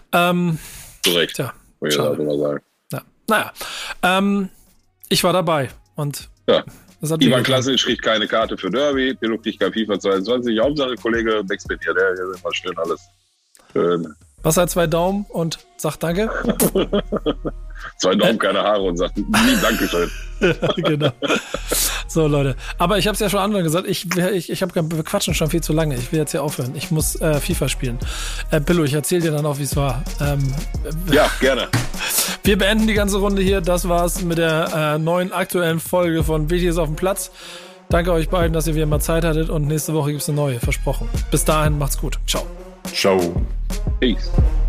Zu Recht. Tja. Ich sagen. Ja. Naja, ich war dabei und Ivan Klasnic kriegt keine Karte für Derby, Pillow kriegt kein FIFA 22. Hauptsache Kollege Backspin hier, der ist immer schön alles. Schön. Was hat 2 Daumen und sagt Danke? 2 Daumen, keine Haare und sagt Dankeschön. Genau. So, Leute. Aber ich habe es ja schon anderen gesagt, wir quatschen schon viel zu lange. Ich will jetzt hier aufhören. Ich muss FIFA spielen. Pillow, ich erzähle dir dann auch, wie es war. Ja, gerne. Wir beenden die ganze Runde hier. Das war's mit der neuen aktuellen Folge von WTS auf dem Platz. Danke euch beiden, dass ihr wieder mal Zeit hattet und nächste Woche gibt's eine neue, versprochen. Bis dahin, macht's gut. Ciao. Ciao. Peace.